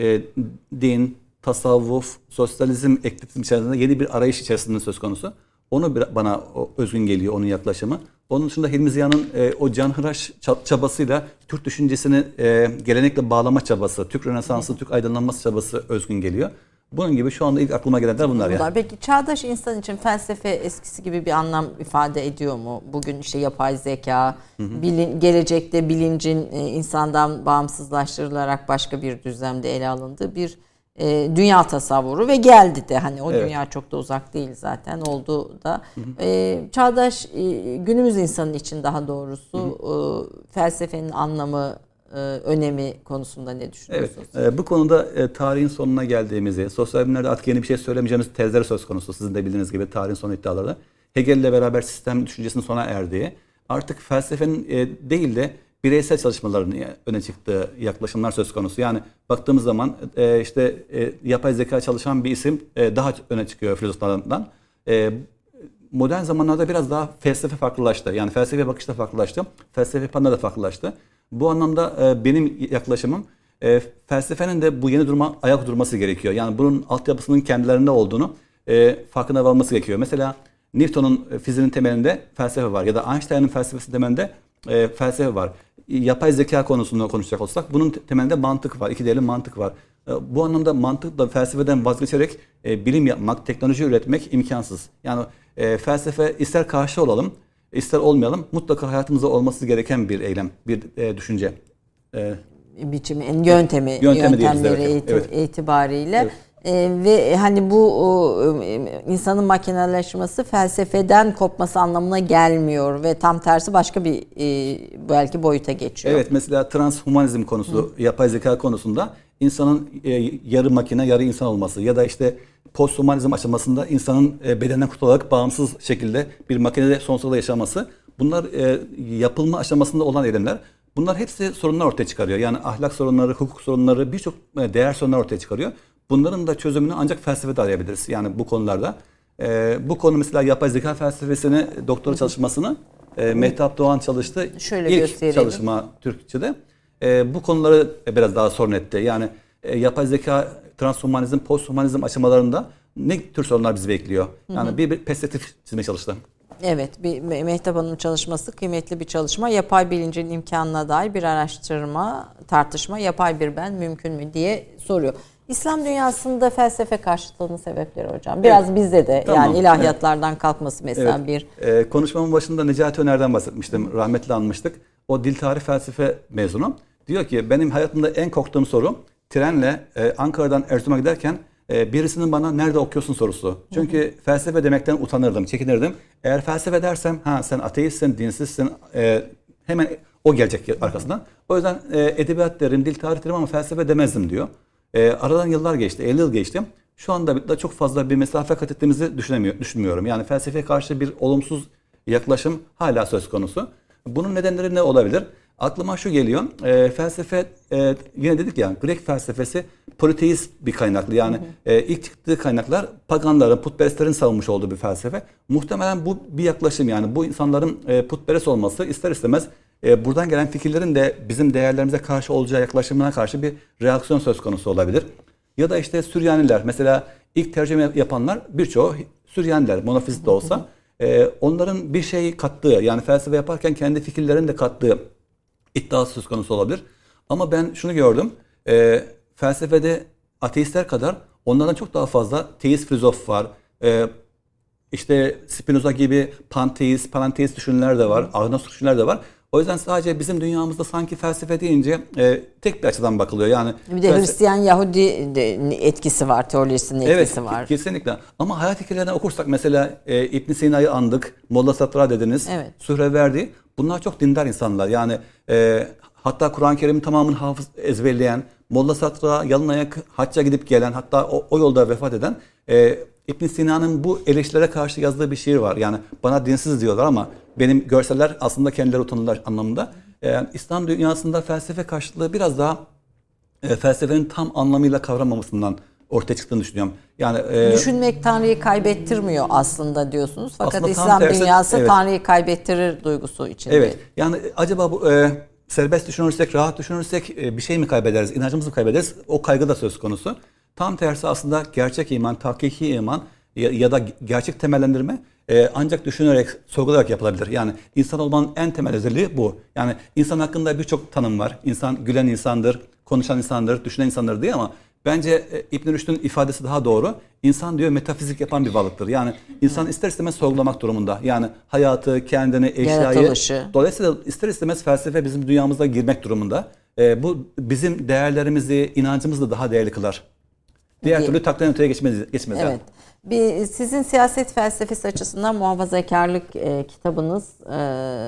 din, tasavvuf, sosyalizm, ektivizm içerisinde yeni bir arayış içerisinde söz konusu. Onu bana özgün geliyor, onun yaklaşımı. Onun dışında Hilmi Ziya'nın e, o canhıraş çabasıyla Türk düşüncesini e, gelenekle bağlama çabası, Türk Rönesansı, Türk aydınlanması çabası özgün geliyor. Bunun gibi şu anda ilk aklıma gelenler bunlar.
bunlar.
Yani.
Peki çağdaş insan için felsefe eskisi gibi bir anlam ifade ediyor mu? Bugün işte yapay zeka, hı hı. Bilin, gelecekte bilincin e, insandan bağımsızlaştırılarak başka bir düzlemde ele alındığı bir E, dünya tasavvuru ve geldi de hani o evet. Dünya çok da uzak değil zaten oldu da hı hı. E, çağdaş e, günümüz insanı için daha doğrusu hı hı. E, felsefenin anlamı e, önemi konusunda ne düşünüyorsunuz?
Evet. E, bu konuda e, tarihin sonuna geldiğimizi, sosyal bilimlerde artık yeni bir şey söylemeyeceğimiz tezler söz konusu, sizin de bildiğiniz gibi tarihin son iddiaları. Hegel'le beraber sistem düşüncesinin sona erdiği, artık felsefenin e, değil de bireysel çalışmaların öne çıktığı yaklaşımlar söz konusu. Yani baktığımız zaman e, işte e, yapay zeka çalışan bir isim e, daha öne çıkıyor filozoflardan. E, modern zamanlarda biraz daha felsefe farklılaştı. Yani felsefe bakışta farklılaştı. Felsefe yapanlar da farklılaştı. Bu anlamda e, benim yaklaşımım e, felsefenin de bu yeni duruma ayak durması gerekiyor. Yani bunun altyapısının kendilerinde olduğunu e, farkına varması gerekiyor. Mesela Newton'un fiziğinin temelinde felsefe var ya da Einstein'ın felsefesinin temelinde e, felsefe var. Yapay zeka konusunda konuşacak olsak bunun temelinde mantık var. İki değerli mantık var. Bu anlamda mantıkla felsefeden vazgeçerek e, bilim yapmak, teknoloji üretmek imkansız. Yani e, felsefe ister karşı olalım, ister olmayalım mutlaka hayatımızda olması gereken bir eylem, bir e, düşünce. E,
Biçimi, yöntemi,
yöntemi
yöntemleri
evet.
iti,
Evet.
itibariyle.
Evet.
Ee, ve hani bu o, insanın makineleşmesi felsefeden kopması anlamına gelmiyor ve tam tersi başka bir e, belki boyuta geçiyor.
Evet, mesela transhumanizm konusu, Hı. yapay zeka konusunda insanın e, yarı makine, yarı insan olması ya da işte posthumanizm aşamasında insanın e, bedenden kurtularak bağımsız şekilde bir makinede sonsuza yaşaması. Bunlar e, yapılma aşamasında olan eylemler. Bunlar hepsi sorunlar ortaya çıkarıyor. Yani ahlak sorunları, hukuk sorunları, birçok e, değer sorunları ortaya çıkarıyor. Bunların da çözümünü ancak felsefede arayabiliriz. Yani bu konularda. E, bu konu mesela yapay zeka felsefesini, doktora çalışmasını e, Mehtap Doğan çalıştı.
Şöyle
İlk
gösterelim.
çalışma Türkçe'de. E, bu konuları biraz daha sorun etti. Yani e, yapay zeka, transhumanizm, posthumanizm aşamalarında ne tür sorunlar bizi bekliyor? Yani hı hı. bir, bir perspektif çizmeye çalıştı.
Evet, bir Mehtap Hanım'ın çalışması kıymetli bir çalışma. Yapay bilincin imkanına dair bir araştırma, tartışma, yapay bir ben mümkün mü diye soruyor. İslam dünyasında felsefe karşıtlığının sebepleri hocam. Biraz evet. bizde de tamam. yani ilahiyatlardan evet. kalkması mesela evet. bir...
Ee, konuşmamın başında Necati Öner'den bahsetmiştim. Rahmetli anmıştık. O dil tarih felsefe mezunu. Diyor ki benim hayatımda en korktuğum soru trenle e, Ankara'dan Erzurum'a giderken e, birisinin bana nerede okuyorsun sorusu. Çünkü hı hı. felsefe demekten utanırdım, çekinirdim. Eğer felsefe dersem ha sen ateistsin, dinsizsin e, hemen o gelecek arkasından. O yüzden e, edebiyat derim, dil tarih derim ama felsefe demezdim diyor. E, aradan yıllar geçti, elli yıl geçti. Şu anda da çok fazla bir mesafe kat ettiğimizi düşünemiyor, düşünmüyorum. Yani felsefeye karşı bir olumsuz yaklaşım hala söz konusu. Bunun nedenleri ne olabilir? Aklıma şu geliyor. E, felsefe e, yine dedik ya Grek felsefesi politeist bir kaynaklı. Yani hı hı. E, ilk çıktığı kaynaklar paganların, putperestlerin savunmuş olduğu bir felsefe. Muhtemelen bu bir yaklaşım yani bu insanların e, putperest olması ister istemez e, buradan gelen fikirlerin de bizim değerlerimize karşı olacağı yaklaşımına karşı bir reaksiyon söz konusu olabilir. Ya da işte Süryaniler mesela ilk tercüme yapanlar birçoğu Süryaniler monofizit de olsa e, onların bir şey kattığı yani felsefe yaparken kendi fikirlerini de kattığı iddiası söz konusu olabilir. Ama ben şunu gördüm. E, felsefede ateistler kadar onlardan çok daha fazla teist filozof var. E, işte Spinoza gibi panteist, panenteist düşünürler de var. Agnostik düşünürler de var. O yüzden sadece bizim dünyamızda sanki felsefe deyince e, tek bir açıdan bakılıyor. Yani
bir de Hristiyan Yahudi etkisi var, teolojisinin etkisi
evet,
var.
Evet, kesinlikle. Ama hayat hikayelerinden okursak mesela e, İbn Sina'yı andık, Molla Sadra dediniz, evet. Sühreverdi. Bunlar çok dindar insanlar. Yani e, hatta Kur'an-ı Kerim'in tamamını hafız ezberleyen, Molla Sadra yalın ayak hacca gidip gelen, hatta o, o yolda vefat eden e, İbn Sina'nın bu eleştirilere karşı yazdığı bir şiir var. Yani bana dinsiz diyorlar ama benim görseller aslında kendileri utanırlar anlamında. e, İslam dünyasında felsefe karşılığı biraz daha e, felsefenin tam anlamıyla kavranmamasından ortaya çıktığını düşünüyorum. Yani e,
düşünmek Tanrı'yı kaybettirmiyor aslında diyorsunuz. Fakat
aslında
İslam
tersi,
dünyası
evet.
Tanrı'yı kaybettirir duygusu içinde.
Evet. Yani acaba bu e, serbest düşünürsek, rahat düşünürsek e, bir şey mi kaybederiz, inancımızı mı kaybederiz? O kaygı da söz konusu. Tam tersi aslında gerçek iman, tahkiki iman ya, ya da gerçek temellendirme e, ancak düşünerek, sorgulayarak yapılabilir. Yani insan olmanın en temel özelliği bu. Yani insan hakkında birçok tanım var. İnsan gülen insandır, konuşan insandır, düşünen insandır diye ama bence e, İbn Rüşd'ün ifadesi daha doğru. İnsan diyor metafizik yapan bir varlıktır. Yani insan ister istemez sorgulamak durumunda. Yani hayatı, kendini, eşyayı.
Yaratılışı.
Dolayısıyla ister istemez felsefe bizim dünyamıza girmek durumunda. E, bu bizim değerlerimizi, inancımızı da daha değerli kılar. Diğer türlü takden öteye geçmez. geçmez
Evet. Bir, sizin siyaset felsefesi açısından muhafazakarlık e, kitabınız e,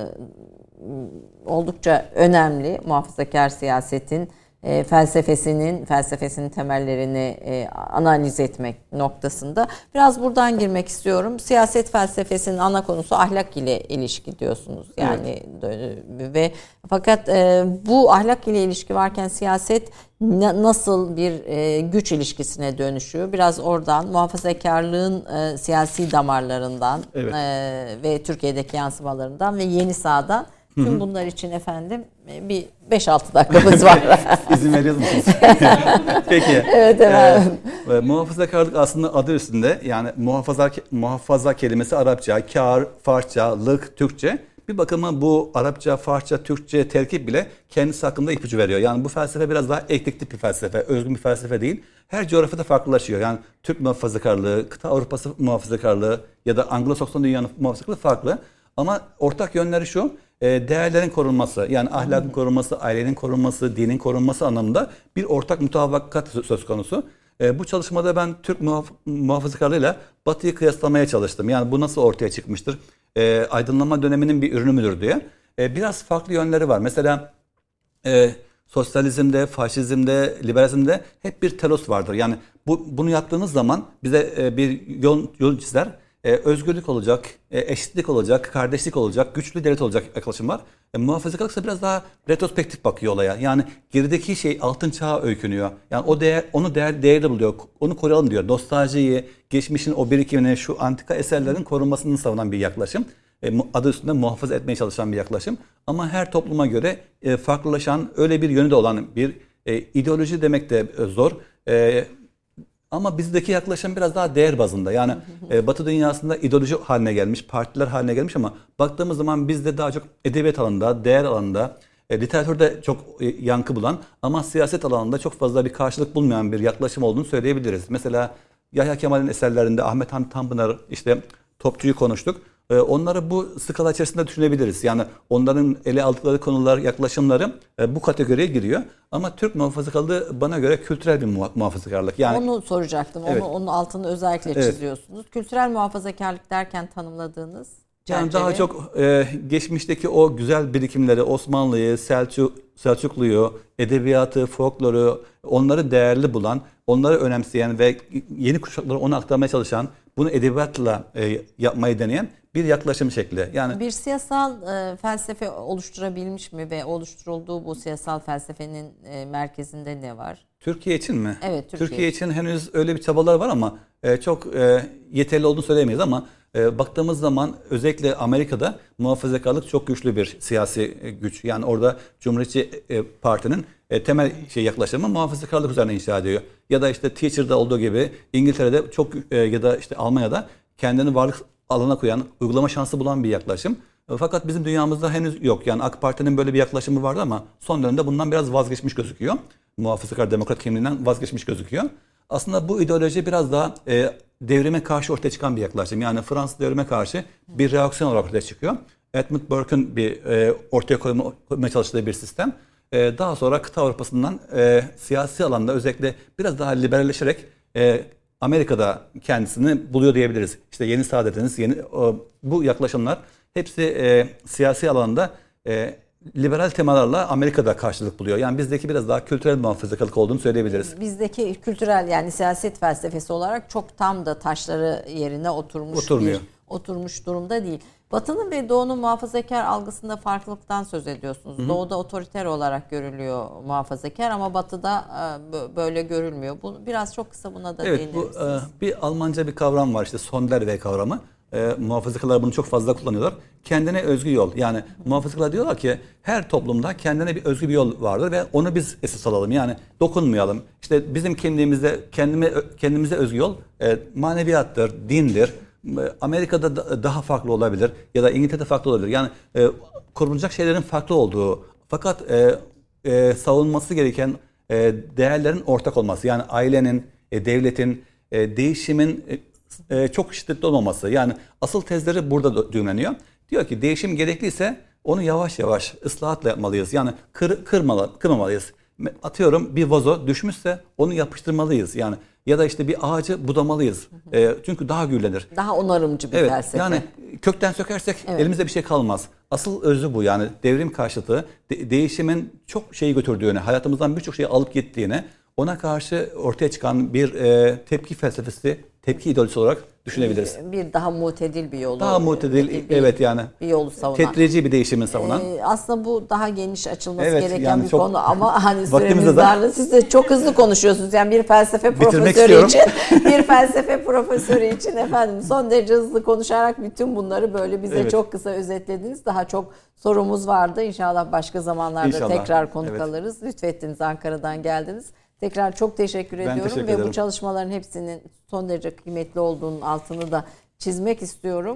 oldukça önemli. Muhafazakar siyasetin e, felsefesinin felsefesinin temellerini e, analiz etmek noktasında. Biraz buradan girmek istiyorum. Siyaset felsefesinin ana konusu ahlak ile ilişki diyorsunuz. Yani evet. ve fakat e, bu ahlak ile ilişki varken siyaset nasıl bir e, güç ilişkisine dönüşüyor? Biraz oradan muhafazakarlığın e, siyasi damarlarından
evet.
e, ve Türkiye'deki yansımalarından ve yeni sağdan tüm Hı-hı. bunlar için efendim bir beş altı dakikamız var.
İzin veriyor musunuz? Peki.
Evet efendim.
E, muhafazakarlık aslında adı üstünde. Yani muhafaza muhafaza kelimesi Arapça, kar, Farsça, lık, Türkçe. Bir bakıma bu Arapça, Farsça, Türkçe terkip bile kendisi hakkında ipucu veriyor. Yani bu felsefe biraz daha eklektik bir felsefe, özgün bir felsefe değil. Her coğrafyada farklılaşıyor. Yani Türk muhafazakarlığı, kıta Avrupası muhafazakarlığı ya da Anglo-Sakson dünyanın muhafazakarlığı farklı. Ama ortak yönleri şu, değerlerin korunması, yani ahlakın korunması, ailenin korunması, dinin korunması anlamında bir ortak mutabakat söz konusu. Bu çalışmada ben Türk muhaf- muhafazakarlığıyla Batı'yı kıyaslamaya çalıştım. Yani bu nasıl ortaya çıkmıştır? E, aydınlanma döneminin bir ürünü müdür diye. E, biraz farklı yönleri var. Mesela e, sosyalizmde, faşizmde, liberalizmde hep bir telos vardır. Yani bu, bunu yaptığınız zaman bize e, bir yol, yol çizer. E, özgürlük olacak, e, eşitlik olacak, kardeşlik olacak, güçlü devlet olacak yaklaşım var. E, muhafazakarlık ise biraz daha retrospektif bakıyor olaya. Yani gerideki şey altın çağa öykünüyor. Yani o değer, onu değer, değerli buluyor. Onu koruyalım diyor. Nostaljiyi, geçmişin o birikimini, şu antika eserlerin korunmasını savunan bir yaklaşım. E, adı üstünde muhafaza etmeye çalışan bir yaklaşım. Ama her topluma göre e, farklılaşan, öyle bir yönü de olan bir e, ideoloji demek de e, zor. E, Ama bizdeki yaklaşım biraz daha değer bazında. Yani e, Batı dünyasında ideoloji haline gelmiş, partiler haline gelmiş ama baktığımız zaman bizde daha çok edebiyat alanında, değer alanında, e, literatürde çok e, yankı bulan ama siyaset alanında çok fazla bir karşılık bulmayan bir yaklaşım olduğunu söyleyebiliriz. Mesela Yahya Kemal'in eserlerinde Ahmet Hamdi Tanpınar, işte Topçu'yu konuştuk. E, onları bu skala içerisinde düşünebiliriz. Yani onların ele aldıkları konular, yaklaşımları e, bu kategoriye giriyor. Ama Türk muhafazakarlığı bana göre kültürel bir muha- muhafazakarlık. Yani
onu soracaktım.
Evet.
Onu onun altını özellikle
Evet.
çiziyorsunuz. Kültürel muhafazakarlık derken tanımladığınız
yani
çerçeve.
daha çok e, geçmişteki o güzel birikimleri, Osmanlı'yı, Selçuk, Selçuklu'yu, edebiyatı, folkloru, onları değerli bulan, onları önemseyen ve yeni kuşaklara onu aktarmaya çalışan, bunu edebiyatla e, yapmayı deneyen bir yaklaşım şekli. Yani
bir siyasal e, felsefe oluşturabilmiş mi ve oluşturulduğu bu siyasal felsefenin e, merkezinde ne var?
Türkiye için mi?
Evet, Türkiye,
Türkiye için henüz öyle bir çabalar var ama e, çok e, yeterli olduğunu söyleyemeyiz ama e, baktığımız zaman özellikle Amerika'da muhafazakarlık çok güçlü bir siyasi e, güç. Yani orada Cumhuriyetçi e, Parti'nin e, temel şey yaklaşımı muhafazakarlık üzerine inşa ediyor. Ya da işte Thatcher'da olduğu gibi İngiltere'de çok e, ya da işte Almanya'da kendini varlık alana koyan, uygulama şansı bulan bir yaklaşım. Fakat bizim dünyamızda henüz yok. Yani AK Parti'nin böyle bir yaklaşımı vardı ama son dönemde bundan biraz vazgeçmiş gözüküyor. Muhafazakar demokrat kimliğinden vazgeçmiş gözüküyor. Aslında bu ideoloji biraz daha e, devrime karşı ortaya çıkan bir yaklaşım. Yani Fransız devrime karşı bir reaksiyon olarak ortaya çıkıyor. Edmund Burke'un bir e, ortaya koyma, koymaya çalıştığı bir sistem. E, daha sonra kıta Avrupa'sından e, siyasi alanda özellikle biraz daha liberalleşerek e, Amerika'da kendisini buluyor diyebiliriz. İşte yeni saadetiniz, yeni o, bu yaklaşımlar hepsi e, siyasi alanda e, liberal temalarla Amerika'da karşılık buluyor. Yani bizdeki biraz daha kültürel muhafazakarlık olduğunu söyleyebiliriz.
Bizdeki kültürel yani siyaset felsefesi olarak çok tam da taşları yerine oturmuş
Oturmuyor.
bir oturmuş durumda değil. Batı'nın ve Doğu'nun muhafazakar algısında farklılıktan söz ediyorsunuz.
Hı hı.
Doğu'da otoriter olarak görülüyor muhafazakar ama Batı'da böyle görülmüyor. Bu biraz çok kısa buna da
evet,
değinir
bu
misiniz?
bir Almanca bir kavram var işte Sonderweg kavramı. E, muhafazakarlar bunu çok fazla kullanıyorlar. Kendine özgü yol. Yani muhafazakarlar diyorlar ki her toplumda kendine bir özgü bir yol vardır ve onu biz esas alalım. Yani dokunmayalım. İşte bizim kendimizde kendime kendimize özgü yol e, maneviyattır, dindir. Amerika'da da, daha farklı olabilir ya da İngiltere'de farklı olabilir. Yani e, korunacak şeylerin farklı olduğu fakat e, e, savunması gereken e, değerlerin ortak olması. Yani ailenin, e, devletin, e, değişimin e, çok şiddetli olmaması. Yani asıl tezleri burada düğümleniyor. Diyor ki değişim gerekliyse onu yavaş yavaş ıslahatla yapmalıyız. Yani kır, kırmalı, kırmamalıyız. Atıyorum bir vazo düşmüşse onu yapıştırmalıyız. Yani ya da işte bir ağacı budamalıyız. E, çünkü daha gürlenir.
Daha onarımcı bir
evet,
felsefe.
Yani kökten sökersek evet. elimizde bir şey kalmaz. Asıl özü bu. Yani devrim karşıtı de- değişimin çok şeyi götürdüğünü, hayatımızdan birçok şeyi alıp gittiğini, ona karşı ortaya çıkan bir e, tepki felsefesi, tepki ideolojisi olarak düşünebiliriz.
Bir daha mutedil bir yolu.
Daha mutedil,
bir,
evet yani.
Bir yolu savunan.
Tetrici bir değişimin savunan.
Ee, aslında bu daha geniş açılması
evet,
gereken
yani
bir
çok,
konu ama hani süremiz darlı. Siz de çok hızlı konuşuyorsunuz. Yani bir felsefe profesörü için, bir felsefe profesörü için efendim son derece hızlı konuşarak bütün bunları böyle bize evet. çok kısa özetlediniz. Daha çok sorumuz vardı. İnşallah başka zamanlarda İnşallah. tekrar konuk evet. alırız. Lütfettiniz, Ankara'dan geldiniz. Tekrar çok teşekkür ben ediyorum
teşekkür
ve
ederim.
Bu çalışmaların hepsinin son derece kıymetli olduğunun altını da çizmek istiyorum.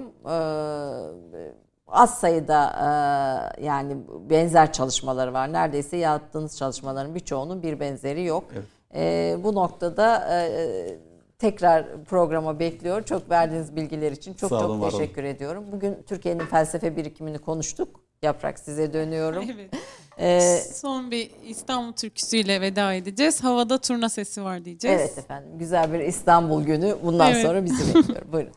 Ee, az sayıda e, yani benzer çalışmaları var. Neredeyse yaptığınız çalışmaların birçoğunun bir benzeri yok. Evet. Ee, bu noktada e, tekrar programa bekliyor. Çok verdiğiniz bilgiler için çok Sağ olun, çok teşekkür olun. ediyorum. Bugün Türkiye'nin felsefe birikimini konuştuk. Yaprak size dönüyorum.
Evet. Ee, Son bir İstanbul türküsüyle veda edeceğiz. Havada turna sesi var diyeceğiz.
Evet efendim. Güzel bir İstanbul günü bundan evet. sonra bizi bekliyor. Buyurun.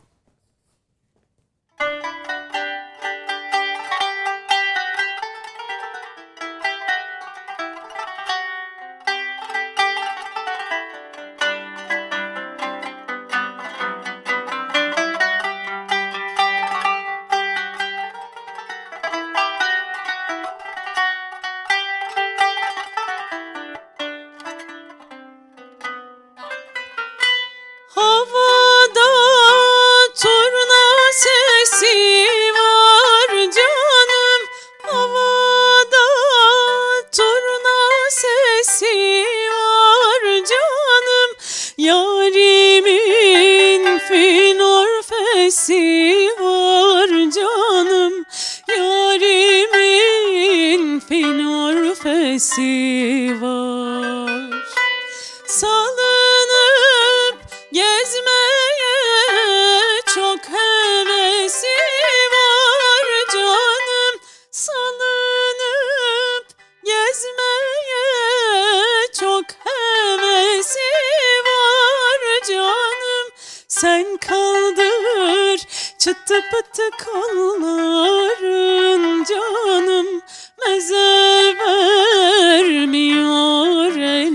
Çıtı pıtı kolların canım meze vermiyor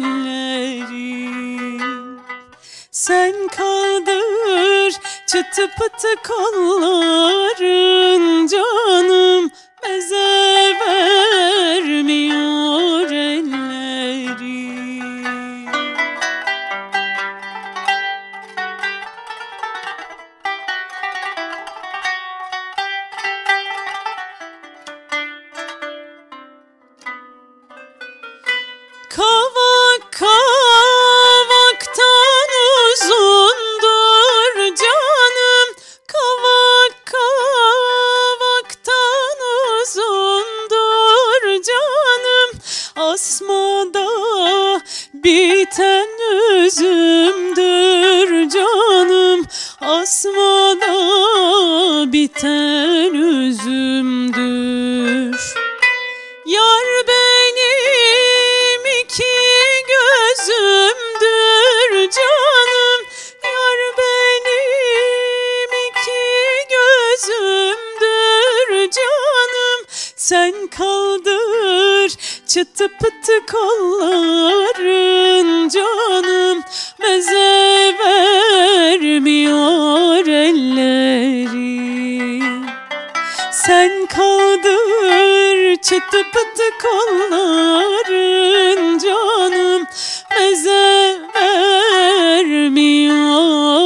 ellerim. Sen kaldır çıtı pıtı kolların canım meze vermiyor ellerim. Kavak kavaktan uzundur canım, kavak kavaktan uzundur canım, asmada biten üzümdür canım, asmada biten üzümdür. Yar benim iki gözümdür canım, yar benim iki gözümdür canım. Sen kaldır çıtı pıtı kolların canım, meze vermiyor ellerim. Sen kaldır çıtı pıtı kolların, canım meze vermiyor.